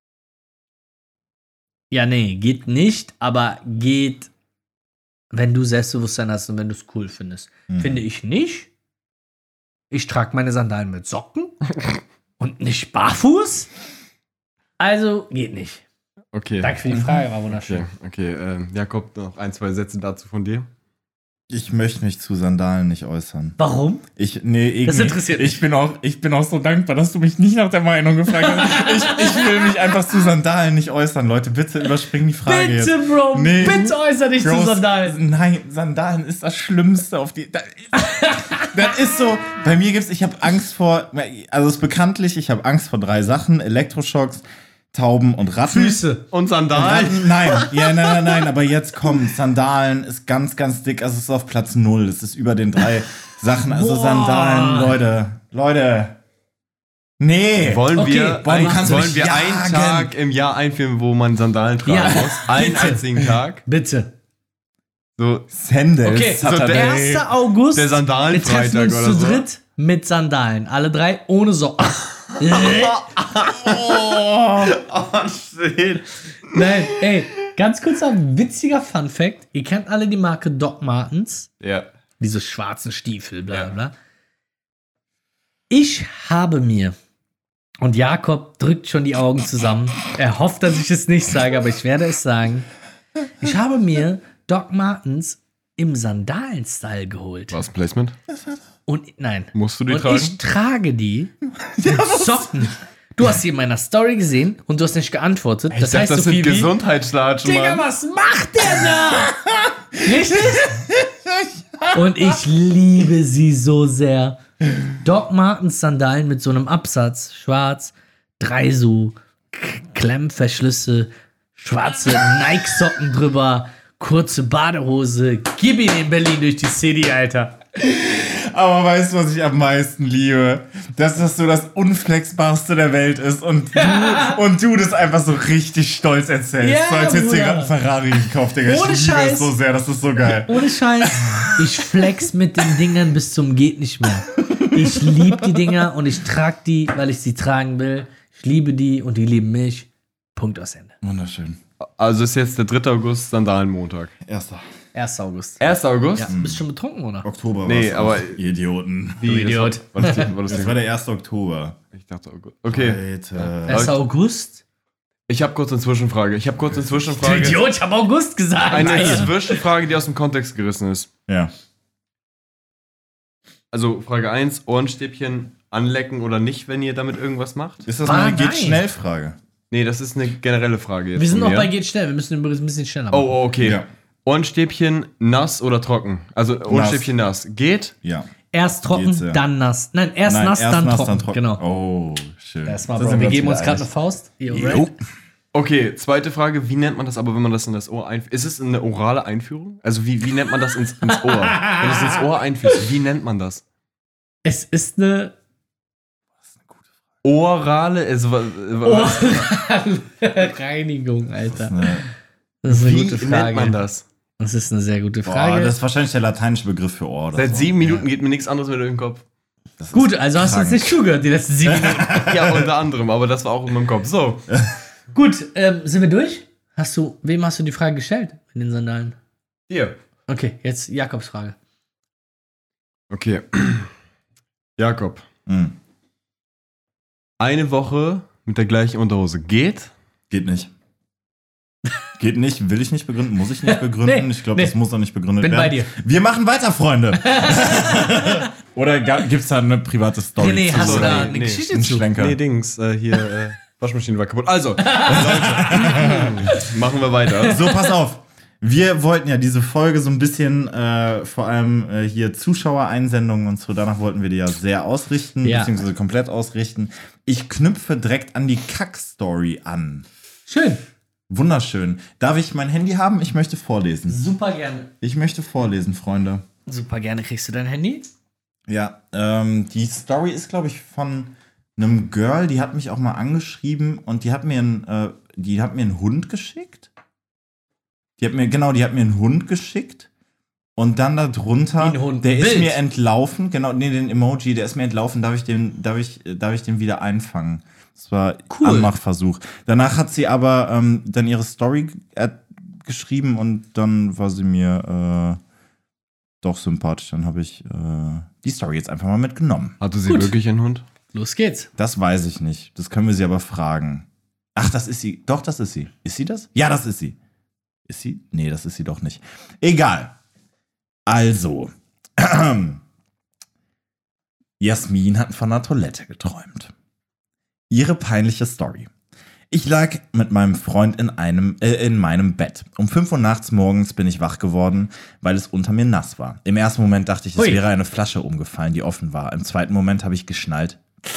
ja, nee, geht nicht, aber geht, wenn du Selbstbewusstsein hast und wenn du es cool findest. Mhm. Finde ich nicht. Ich trage meine Sandalen mit Socken und nicht barfuß. Also geht nicht. Okay. Danke für die Frage, war wunderschön. Okay, okay. Ähm, Jakob, noch ein, zwei Sätze dazu von dir. Ich möchte mich zu Sandalen nicht äußern. Warum? Ich, nee, irgendwie, Das interessiert mich. ich bin auch, ich bin auch so dankbar, dass du mich nicht nach der Meinung gefragt hast. Ich, ich will mich einfach zu Sandalen nicht äußern. Leute, bitte überspringen die Frage Bitte, jetzt. Bro, Nee. bitte äußer dich Bros, zu Sandalen. Nein, Sandalen ist das Schlimmste auf die. Das ist, das ist so. Bei mir gibt's, ich habe Angst vor. Also es ist bekanntlich, ich habe Angst vor drei Sachen: Elektroschocks, Tauben und Ratten. Füße. Und Sandalen. Ratten, nein, ja, nein, nein, nein, aber jetzt kommt Sandalen ist ganz, ganz dick. Also es ist auf Platz null. Es ist über den drei Sachen. Also Boah. Sandalen, Leute, Leute. Nee. Wollen Okay, wir, boah, du ein, kannst wollen mich wir einen jagen. Tag im Jahr einführen, wo man Sandalen tragen Ja. muss? Einen Bitte. einzigen Tag? Bitte. So Sandals. Okay, Saturday. erster August. der Wir treffen Sandalenfreitag uns oder zu so. dritt mit Sandalen. Alle drei ohne Socken. Oh, shit. Nein, ey, ganz kurzer witziger Fun-Fact. Ihr kennt alle die Marke Doc Martens. Ja. Diese schwarzen Stiefel, bla Ja. bla. Ich habe mir, und Jakob drückt schon die Augen zusammen, er hofft, dass ich es nicht sage, aber ich werde es sagen. Ich habe mir Doc Martens im Sandalen-Style geholt. Was, Placement? Und nein. Musst du die und tragen? ich trage die mit Socken. Du hast sie in meiner Story gesehen und du hast nicht geantwortet. Ich Das dachte, heißt das so viel sind wie, Gesundheitslatschen, Digga, Mann. was macht der da? Richtig? Und ich liebe sie so sehr. Doc Martens Sandalen mit so einem Absatz, schwarz, drei so K- Klemmverschlüsse, schwarze Nike-Socken drüber, kurze Badehose. Gib ihn in Berlin durch die City, Alter. Aber weißt du, was ich am meisten liebe? Dass das so das Unflexbarste der Welt ist und du, und du das einfach so richtig stolz erzählst. Ja, so als hättest du dir Bruder. gerade einen Ferrari gekauft, Digga. Ohne Ich liebe Scheiß. es so sehr, das ist so geil. Ohne Scheiß. Ich flex mit den Dingern bis zum geht nicht mehr. Ich liebe die Dinger und ich trage die, weil ich sie tragen will. Ich liebe die und die lieben mich. Punkt aus Ende. Wunderschön. Also ist jetzt der dritte August, Sandalenmontag. Erster erster August. erster August? Ja, bist du schon betrunken, oder? Oktober. Nee, war's aber- auch. Ihr Idioten. Wie, Idiot. War das, war das, Das war der erste Oktober. ich dachte August. Okay. Alter. erster August? Ich habe kurz eine Zwischenfrage. Ich habe kurz eine Du Zwischenfrage. Idiot, ich habe August gesagt. Eine Alter. Zwischenfrage, die aus dem Kontext gerissen ist. Ja. Also Frage eins, Ohrenstäbchen anlecken oder nicht, wenn ihr damit irgendwas macht? Ist das Ah, eine nein. Geht-Schnell-Frage? Nee, das ist eine generelle Frage jetzt. Wir sind von noch mir. bei Geht schnell. Wir müssen übrigens ein bisschen schneller Oh, machen. oh, okay. Ja. Ohrenstäbchen nass oder trocken? Also Ohrenstäbchen nass. Geht? Ja. Erst trocken, Geht's, ja. dann nass. Nein, erst Nein, nass, erst dann, nass, trocken. dann trocken. Genau. Oh, schön. Erstmal, Da Bro, sind wir uns geben wieder uns gerade eine einig. Faust. Yo, Jo. right? Okay, zweite Frage. Wie nennt man das aber, wenn man das in das Ohr einführt? Ist es eine orale Einführung? Also wie, wie nennt man das ins, ins Ohr? Wenn du es ins Ohr einführst, wie nennt man das? Es ist eine Orale? Also, wa- wa- Reinigung, Alter. Ne. Das ist eine wie gute Frage. nennt man das? Das ist eine sehr gute Boah, Frage. das ist wahrscheinlich der lateinische Begriff für Ohr. oder Seit so. sieben Minuten geht mir nichts anderes mehr durch den Kopf. Das ist Gut, also hast du uns krank. nicht zugehört, die letzten sieben Minuten. Ja, unter anderem, aber das war auch in meinem Kopf. So. Gut, ähm, sind wir durch? Hast du, wem hast du die Frage gestellt mit den Sandalen? Hier. Okay, jetzt Jakobs Frage. Okay. Jakob. Mhm. Eine Woche mit der gleichen Unterhose geht? Geht nicht. Geht nicht, will ich nicht begründen, muss ich nicht begründen. Nee, ich glaube, nee. das muss auch nicht begründet Bin werden. bei dir. Wir machen weiter, Freunde. Oder gibt es da eine private Story? René, zu? hast du Oder da nee, eine nee. Geschichte einen zu? Schlenker? Nee, Dings. Äh, hier, äh, Waschmaschine war kaputt. Also, Leute, machen wir weiter. So, pass auf. Wir wollten ja diese Folge so ein bisschen, äh, vor allem äh, hier Zuschauereinsendungen und so, danach wollten wir die ja sehr ausrichten, Ja. beziehungsweise komplett ausrichten. Ich knüpfe direkt an die Kack-Story an. Schön. Wunderschön. Darf ich mein Handy haben? Ich möchte vorlesen. Super gerne. Ich möchte vorlesen, Freunde. Super gerne. Kriegst du dein Handy? Ja, ähm, die Story ist, glaube ich, von einem Girl, die hat mich auch mal angeschrieben und die hat mir einen, äh, die hat mir einen Hund geschickt. Die hat mir, genau, die hat mir einen Hund geschickt. Und dann darunter, Ein Hund, der ist wild. mir entlaufen, genau, nee, den Emoji, der ist mir entlaufen, darf ich den, darf ich, darf ich den wieder einfangen? Das war Cool. Anmachversuch. Danach hat sie aber ähm, dann ihre Story äh, geschrieben und dann war sie mir äh, doch sympathisch. Dann habe ich äh, die Story jetzt einfach mal mitgenommen. Hatte sie Gut. wirklich einen Hund? Los geht's. Das weiß ich nicht. Das können wir sie aber fragen. Ach, das ist sie. Doch, das ist sie. Ist sie das? Ja, das ist sie. Ist sie? Nee, das ist sie doch nicht. Egal. Also, Jasmin hat von einer Toilette geträumt. Ihre peinliche Story. Ich lag mit meinem Freund in, einem, äh, in meinem Bett. Um fünf Uhr nachts morgens bin ich wach geworden, weil es unter mir nass war. Im ersten Moment dachte ich, es Hui. wäre eine Flasche umgefallen, die offen war. Im zweiten Moment habe ich geschnallt,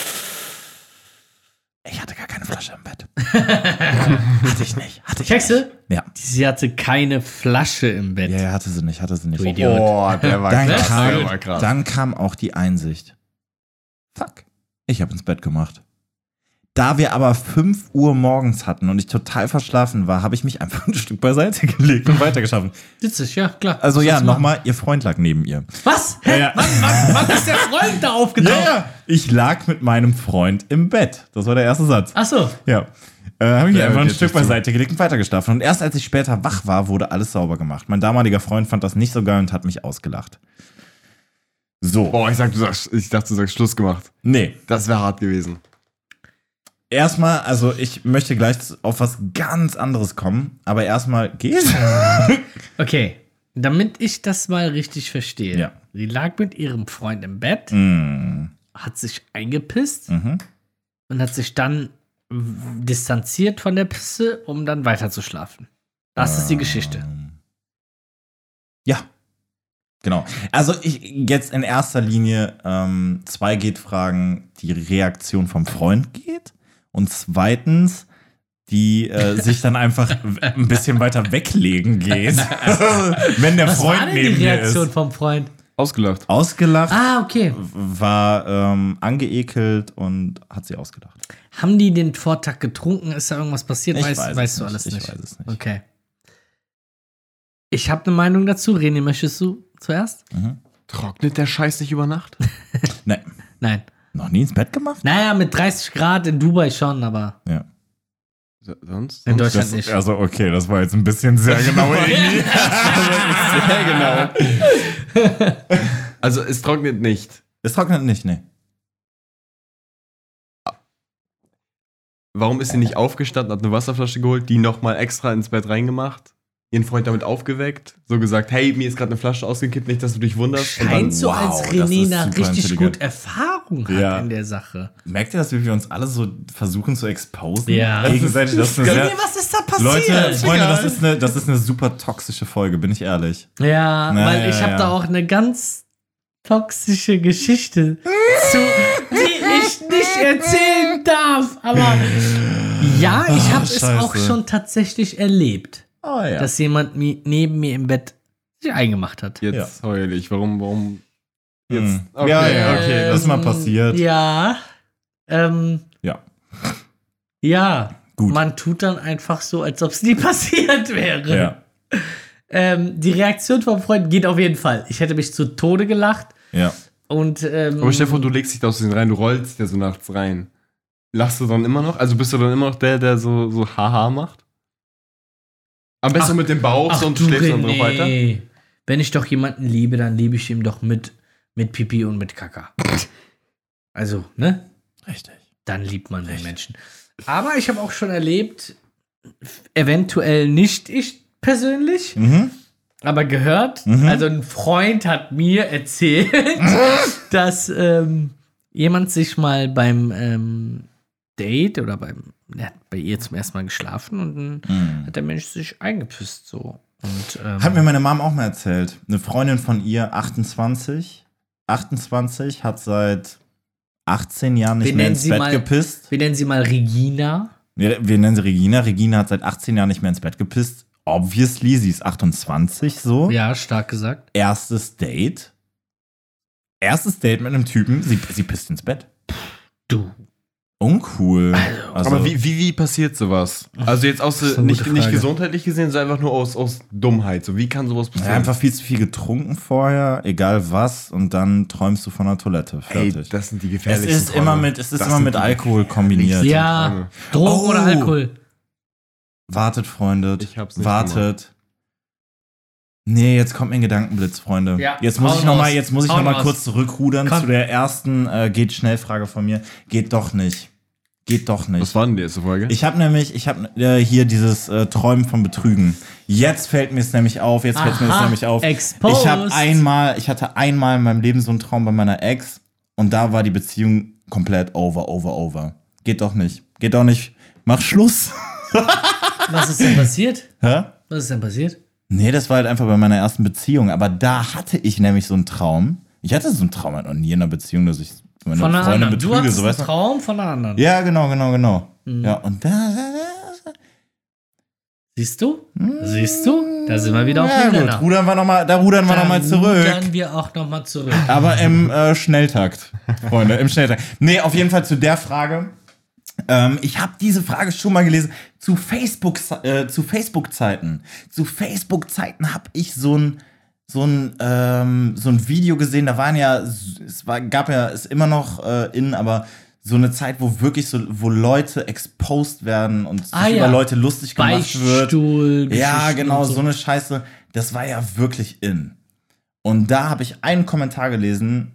ich hatte gar keine Flasche im Bett. Hatte ich nicht. Hatte ich Checkst nicht. du? Ja. Sie hatte keine Flasche im Bett. Ja, ja, hatte sie nicht, hatte sie nicht. Du Idiot. Oh, der war Dann krass. kam, Der war krass. dann kam auch die Einsicht. Fuck, ich habe ins Bett gemacht. Da wir aber fünf Uhr morgens hatten und ich total verschlafen war, habe ich mich einfach ein Stück beiseite gelegt und weitergeschaffen. Witzig, ja, klar. Also Was ja, soll's machen? nochmal, ihr Freund lag neben ihr. Was? Hä? Ja, ja. Wann, wann, wann ist der Freund da aufgetaucht? ja. Ich lag mit meinem Freund im Bett. Das war der erste Satz. Ach so. Ja. Äh, habe ich Der einfach ein hört Stück jetzt nicht beiseite gelegt und weitergeschlafen. Und erst als ich später wach war, wurde alles sauber gemacht. Mein damaliger Freund fand das nicht so geil und hat mich ausgelacht. So. Boah, ich, sag, du sagst, ich dachte, du sagst Schluss gemacht. Nee. Das wäre hart gewesen. Erstmal, also ich möchte gleich auf was ganz anderes kommen, aber erstmal geht's. Okay, damit ich das mal richtig verstehe. Ja. Sie lag mit ihrem Freund im Bett, mm. hat sich eingepisst mhm. und hat sich dann w- distanziert von der Pisse, um dann weiter zu schlafen. Das ist die Geschichte. Ähm, Ja. Genau. Also ich jetzt in erster Linie ähm, zwei geht fragen, die Reaktion vom Freund geht und zweitens die äh, sich dann einfach w- ein bisschen weiter weglegen geht, wenn der Was Freund war denn neben die mir Reaktion ist. vom Freund? Ausgelacht. Ausgelacht, Ah, okay. war ähm, angeekelt und hat sie ausgedacht. Haben die den Vortag getrunken? Ist da irgendwas passiert? Ich Weiß, weiß es weißt du nicht. alles Ich nicht? weiß es nicht. Okay. Ich habe eine Meinung dazu. René, möchtest du zuerst? Trocknet der Scheiß nicht über Nacht? Nee, Nein. noch nie ins Bett gemacht? Naja, mit dreißig Grad in Dubai schon, aber Ja. So- Sonst? in sonst? Deutschland Das, nicht. also okay, das war jetzt ein bisschen sehr genau. Sehr genau. Also es trocknet nicht. Es trocknet nicht, nee. Warum ist sie nicht aufgestanden, hat eine Wasserflasche geholt, die nochmal extra ins Bett reingemacht, ihren Freund damit aufgeweckt, so gesagt, hey, mir ist gerade eine Flasche ausgekippt, nicht, dass du dich wunderst. Und Scheint so, wow, als das René ist da super richtig intelligent. gut Erfahrung hat Ja. in der Sache. Merkt ihr, dass wir uns alle so versuchen zu exposen? Ja. Gegenseitig, das ist eine sehr, René, was ist da passiert? Leute, Freunde, das ist, eine, das ist eine super toxische Folge, bin ich ehrlich. Ja, Na, weil ja, ich habe ja. da auch eine ganz toxische Geschichte zu, die ich nicht erzählen darf. Aber ja, ich habe es Scheiße. auch schon tatsächlich erlebt, Oh ja. dass jemand mi- neben mir im Bett sich eingemacht hat. Jetzt heul ich. Warum, warum? Jetzt. Hm. Okay, Ja, ja, okay. das ist mal passiert. Ja. Ähm, Ja. ja. Gut. Man tut dann einfach so, als ob es nie passiert wäre. Ja. Ähm, die Reaktion vom Freund geht auf jeden Fall. Ich hätte mich zu Tode gelacht. Ja. Und, ähm, Aber Stefan, du legst dich da aus den rein, du rollst ja so nachts rein. Lachst du dann immer noch? Also bist du dann immer noch der, der so, so Haha macht? Am besten Ach, mit dem Bauch ach sonst du schläfst du dann drauf René. weiter. Wenn ich doch jemanden liebe, dann liebe ich ihn doch mit, mit Pipi und mit Kaka. Also, ne? Richtig. Dann liebt man den Menschen. Aber ich habe auch schon erlebt, eventuell nicht ich persönlich, Mhm. aber gehört, Mhm. also ein Freund hat mir erzählt, dass ähm, jemand sich mal beim ähm, Date oder beim, er hat bei ihr zum ersten Mal geschlafen und dann Mhm. hat der Mensch sich eingepisst so. Und, ähm, Hat mir meine Mom auch mal erzählt. Eine Freundin von ihr, achtundzwanzig, achtundzwanzig, hat seit achtzehn Jahren nicht Wir mehr nennen ins sie Bett mal- gepisst. Wir nennen sie mal Regina. Wir, wir nennen sie Regina. Regina hat seit achtzehn Jahren nicht mehr ins Bett gepisst. Obviously, sie ist achtundzwanzig so. Ja, stark gesagt. Erstes Date. Erstes Date mit einem Typen. Sie, sie pisst ins Bett. Du. Uncool. Also, Aber wie, wie, wie passiert sowas? Also jetzt aus Das ist eine nicht, gute nicht Frage. gesundheitlich gesehen, sondern einfach nur aus, aus Dummheit. So, wie kann sowas ja, passieren? einfach viel zu viel getrunken vorher, egal was, und dann träumst du von der Toilette. Ey, Fertig. das sind die es gefährlichsten ist immer Träume. mit, es ist Das immer sind mit die Alkohol kombiniert. Ja, Träume. Drogen Oh. oder Alkohol. Wartet, Freunde. Ich hab's nicht Wartet. Nee, jetzt kommt mir ein Gedankenblitz, Freunde. Ja, jetzt muss hau ich noch mal, raus. jetzt muss ich Hau noch mal raus. kurz zurückrudern Komm. zu der ersten äh, geht schnell Frage von mir. Geht doch nicht. Geht doch nicht. Was war denn die erste Folge? Ich habe nämlich, ich habe äh, hier dieses äh, Träumen von Betrügen. Jetzt fällt mir es nämlich auf. Jetzt fällt mir es Aha, nämlich auf. exposed. Ich habe einmal, ich hatte einmal in meinem Leben so einen Traum bei meiner Ex und da war die Beziehung komplett over, over, over. Geht doch nicht. Geht doch nicht. Mach Schluss. Was ist denn passiert? Hä? Was ist denn passiert? Nee, das war halt einfach bei meiner ersten Beziehung. Aber da hatte ich nämlich so einen Traum. Ich hatte so einen Traum halt noch nie in einer Beziehung, dass ich meine Von einer Freundin anderen. Du betrüge. hattest So, einen weißt du? Traum von einer anderen. Ja, genau, genau, genau. Mhm. Ja, und da, da, Siehst du? Siehst du? Da sind wir wieder auf ja, dem gut, Nenner. rudern wir noch mal, da rudern wir Da nochmal zurück. rudern wir auch nochmal zurück. Aber im äh, Schnelltakt, Freunde, im Schnelltakt. Nee, auf jeden Fall zu der Frage. Ähm, ich habe diese Frage schon mal gelesen. Zu Facebook, äh, zu Facebook-Zeiten. Zu Facebook-Zeiten habe ich so ein so ein ähm, so ein Video gesehen. Da waren ja, es war, gab ja, ist immer noch äh, in, aber so eine Zeit, wo wirklich so, wo Leute exposed werden und sich Ah, über ja. Leute lustig gemacht wird. Beichtstuhl. Ja, Geschichten genau, und so eine Scheiße. Das war ja wirklich in. Und da habe ich einen Kommentar gelesen,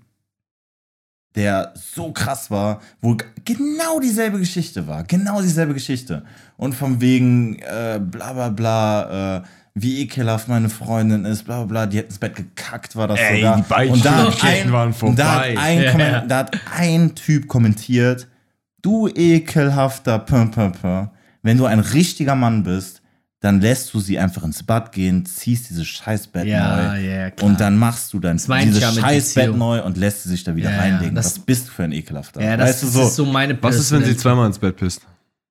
der so krass war, wo g- genau dieselbe Geschichte war. Genau dieselbe Geschichte. Und von wegen, äh, bla bla bla, äh, wie ekelhaft meine Freundin ist, bla bla bla, die hat ins Bett gekackt, war das Ey, sogar. die Beichtstuhl- und da hat, Geschichten ein, waren und da, hat vorbei. ein Ja. Komment- da hat ein Typ kommentiert, du ekelhafter Pum, Pum, Pum. Wenn du ein richtiger Mann bist, dann lässt du sie einfach ins Bad gehen, ziehst dieses Scheißbett Ja, neu ja, klar. und dann machst du dann meine ich dieses ja mit Scheißbett Beziehung. neu und lässt sie sich da wieder Ja, ja, reinlegen. das- Was bist du für ein ekelhafter? Ja, das, weißt du das so, ist so meine Was ist, wenn sie Personality. zweimal ins Bett pisst?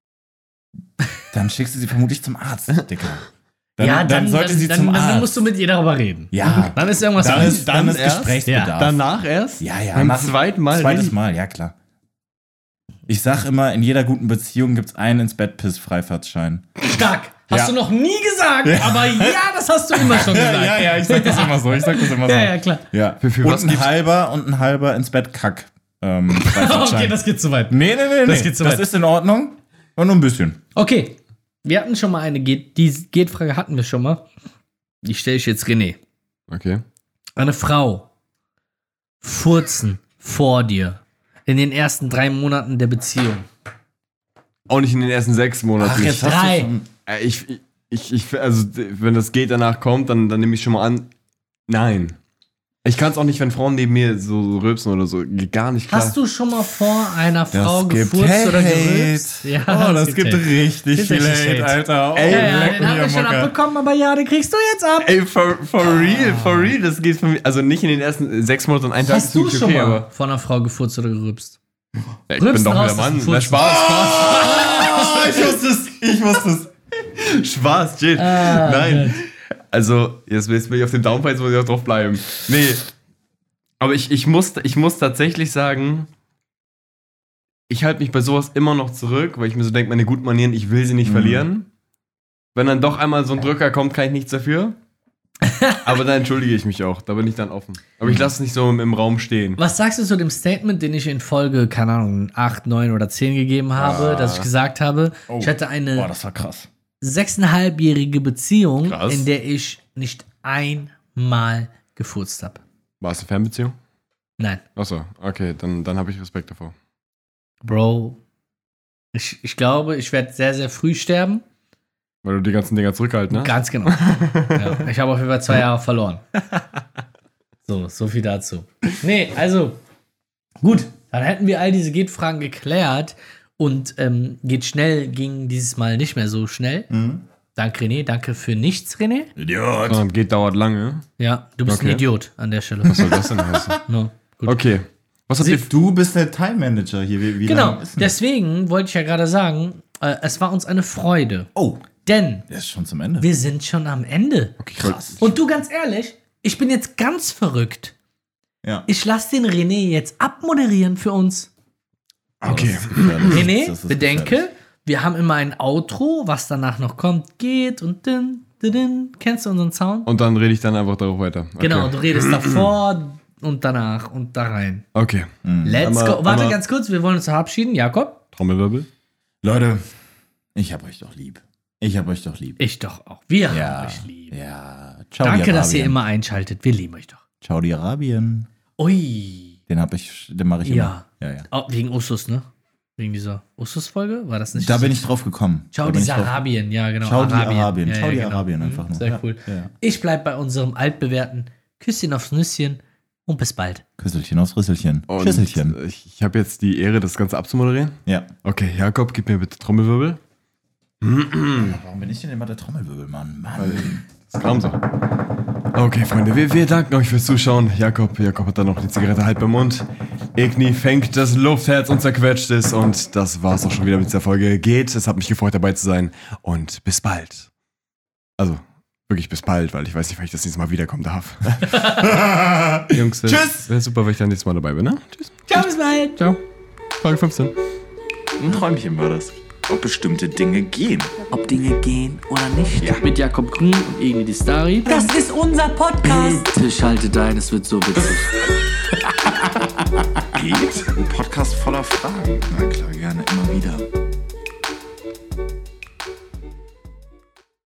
dann schickst du sie vermutlich zum Arzt, Dicker. Dann, Ja, dann, sollte dann, sie dann, zum dann, Arzt. dann musst du mit ihr darüber reden. ja, Dann ist irgendwas dann falsch. ist, dann Dann ist erst? Gesprächsbedarf. Danach erst? Ja, ja. Beim nach- zweiten Mal? Zweites reden? Mal, ja klar. Ich sag immer, in jeder guten Beziehung gibt's einen ins Bett piss Freifahrtschein. Stark. Hast Ja. du noch nie gesagt, aber ja, das hast du immer schon gesagt. ich sag das immer so. Ich sag das immer Ja, ja, klar. Ja. Für- für und was ein gibt's- halber und ein halber ins Bett Kack. Ähm, Freifahrtschein. Okay, das geht zu weit. nee, nee, nee, nee. das geht zu das weit. ist in Ordnung. Und nur ein bisschen. Okay, wir hatten schon mal eine Geht, die Geht-Frage hatten wir schon mal. Die stelle ich jetzt René. Okay. Eine Frau furzen vor dir in den ersten drei Monaten der Beziehung. Auch nicht in den ersten sechs Monaten. Ach, jetzt Drei. hast du schon, Äh, Ich, ich, ich, also, wenn das geht danach kommt, dann, dann nehme ich schon mal an, nein. Ich kann es auch nicht, wenn Frauen neben mir so rülpsen oder so, geht gar nicht klar. Hast du schon mal vor einer Frau Das gibt gefurzt oder Hate. gerülpst? Ja, oh, das es gibt Hate. richtig Gibt viel richtig Hate, Hate. Alter. Oh, Ey, Ja, ja, leck den mich haben wir am schon Mocker. abbekommen, aber ja, den kriegst du jetzt ab. Ey, for, for real, for real, das geht von mir, also nicht in den ersten sechs Monaten und einen Tag Hast du ist schon okay, mal aber vor einer Frau gefurzt oder gerülpst? ja, ich Rülpsen bin doch raus, wieder Mann. das ist Na, ein Spaß, Oh, ich wusste es. Ich wusste es. Spaß, Spaß, chill. Ah, Nein. Also, jetzt, jetzt bin ich auf dem Downfall, jetzt muss ich auch drauf bleiben. Nee. Aber ich, ich, muss, ich muss tatsächlich sagen, ich halte mich bei sowas immer noch zurück, weil ich mir so denke, meine guten Manieren, ich will sie nicht Mhm. verlieren. Wenn dann doch einmal so ein Drücker kommt, kann ich nichts dafür. Aber da entschuldige ich mich auch, da bin ich dann offen. Aber ich lasse es nicht so im, im Raum stehen. Was sagst du zu dem Statement, den ich in Folge, keine Ahnung, acht, neun oder zehn gegeben habe, Ah. dass ich gesagt habe, Oh. ich hatte eine Boah, das war krass. sechseinhalbjährige Beziehung, Krass. in der ich nicht einmal gefurzt habe. War es eine Fernbeziehung? Nein, Achso, okay, dann, dann habe ich Respekt davor. Bro. Ich, ich glaube, ich werde sehr, sehr früh sterben. Weil du die ganzen Dinger zurückhalten, ne? Ganz genau. Ja, ich habe auf jeden Fall zwei Jahre verloren. So, so viel dazu. Nee, also, gut, dann hätten wir all diese Geht-Fragen geklärt und ähm, geht schnell ging dieses Mal nicht mehr so schnell. Mhm. Danke, René. Danke für nichts, René. Idiot. Sondern geht dauert lange. Ja, du bist Okay. ein Idiot an der Stelle. Was soll das denn heißen? No, gut. Okay, Was habt Sie- ihr... Du bist der Time Manager hier. Wie, wie Genau, lang ist denn? deswegen wollte ich ja gerade sagen, äh, es war uns eine Freude. Oh, Denn der ist schon zum Ende. wir sind schon am Ende. Okay, krass. Und du, ganz ehrlich, ich bin jetzt ganz verrückt. Ja. Ich lasse den René jetzt abmoderieren für uns. Okay. René, Das ist bedenke, gefährlich. wir haben immer ein Outro, was danach noch kommt, geht und din, din, din. Kennst du unseren Sound? Und dann rede ich dann einfach darauf weiter. Okay. Genau, du redest davor und danach und da rein. Okay. Let's Einmal- go. Warte einmal- ganz kurz, wir wollen uns verabschieden. Jakob? Trommelwirbel. Leute, ich hab euch doch lieb. Ich hab euch doch lieb. Ich doch auch. Wir Ja. haben euch lieb. Ja. Ciao, Danke, die dass ihr Arabien. immer einschaltet. Wir lieben euch doch. Ciao, die Arabien. Ui. Den hab ich, den mache ich Ja. immer. Ja, ja. Oh, wegen Usus, ne? Wegen dieser Usus-Folge? War das nicht? Da bin ich drauf gekommen. Ciao, da bin die ich drauf- Arabien. Ja, genau. Ciao, die Arabien. Ja, Ciao, ja, die genau. Arabien Mhm, einfach nur. Sehr Ja, cool. ja, ja. Ich bleib bei unserem altbewährten Küsschen aufs Nüsschen und bis bald. Küsselchen aufs Rüsselchen. Und Schüsselchen. Ich, ich habe jetzt die Ehre, das Ganze abzumoderieren. Ja. Okay, Jakob, gib mir bitte Trommelwirbel. Warum bin ich denn immer der Trommelwirbelmann? Mann. Das kam so. Okay, Freunde, wir, wir danken euch fürs Zuschauen. Jakob, Jakob hat dann noch die Zigarette halb im Mund. Igni fängt das Luftherz und zerquetscht es. Und das war's auch schon wieder mit dieser Folge. Geht, es hat mich gefreut, dabei zu sein. Und bis bald. Also, wirklich bis bald, weil ich weiß nicht, wann ich das nächste Mal wiederkommen darf. Jungs, wär, Tschüss. Wäre super, wenn ich dann nächstes Mal dabei bin, ne? Tschüss. Ciao, bis bald. Ciao. Frage fünfzehn. Ein Träumchen war das. Ob bestimmte Dinge gehen. Ob Dinge gehen oder nicht. Ja. Mit Jakob Grün und Egni die Stari. Das ist unser Podcast. Bitte schalte dein, es wird so witzig. Geht? Ein Podcast voller Fragen. Na klar, gerne immer wieder.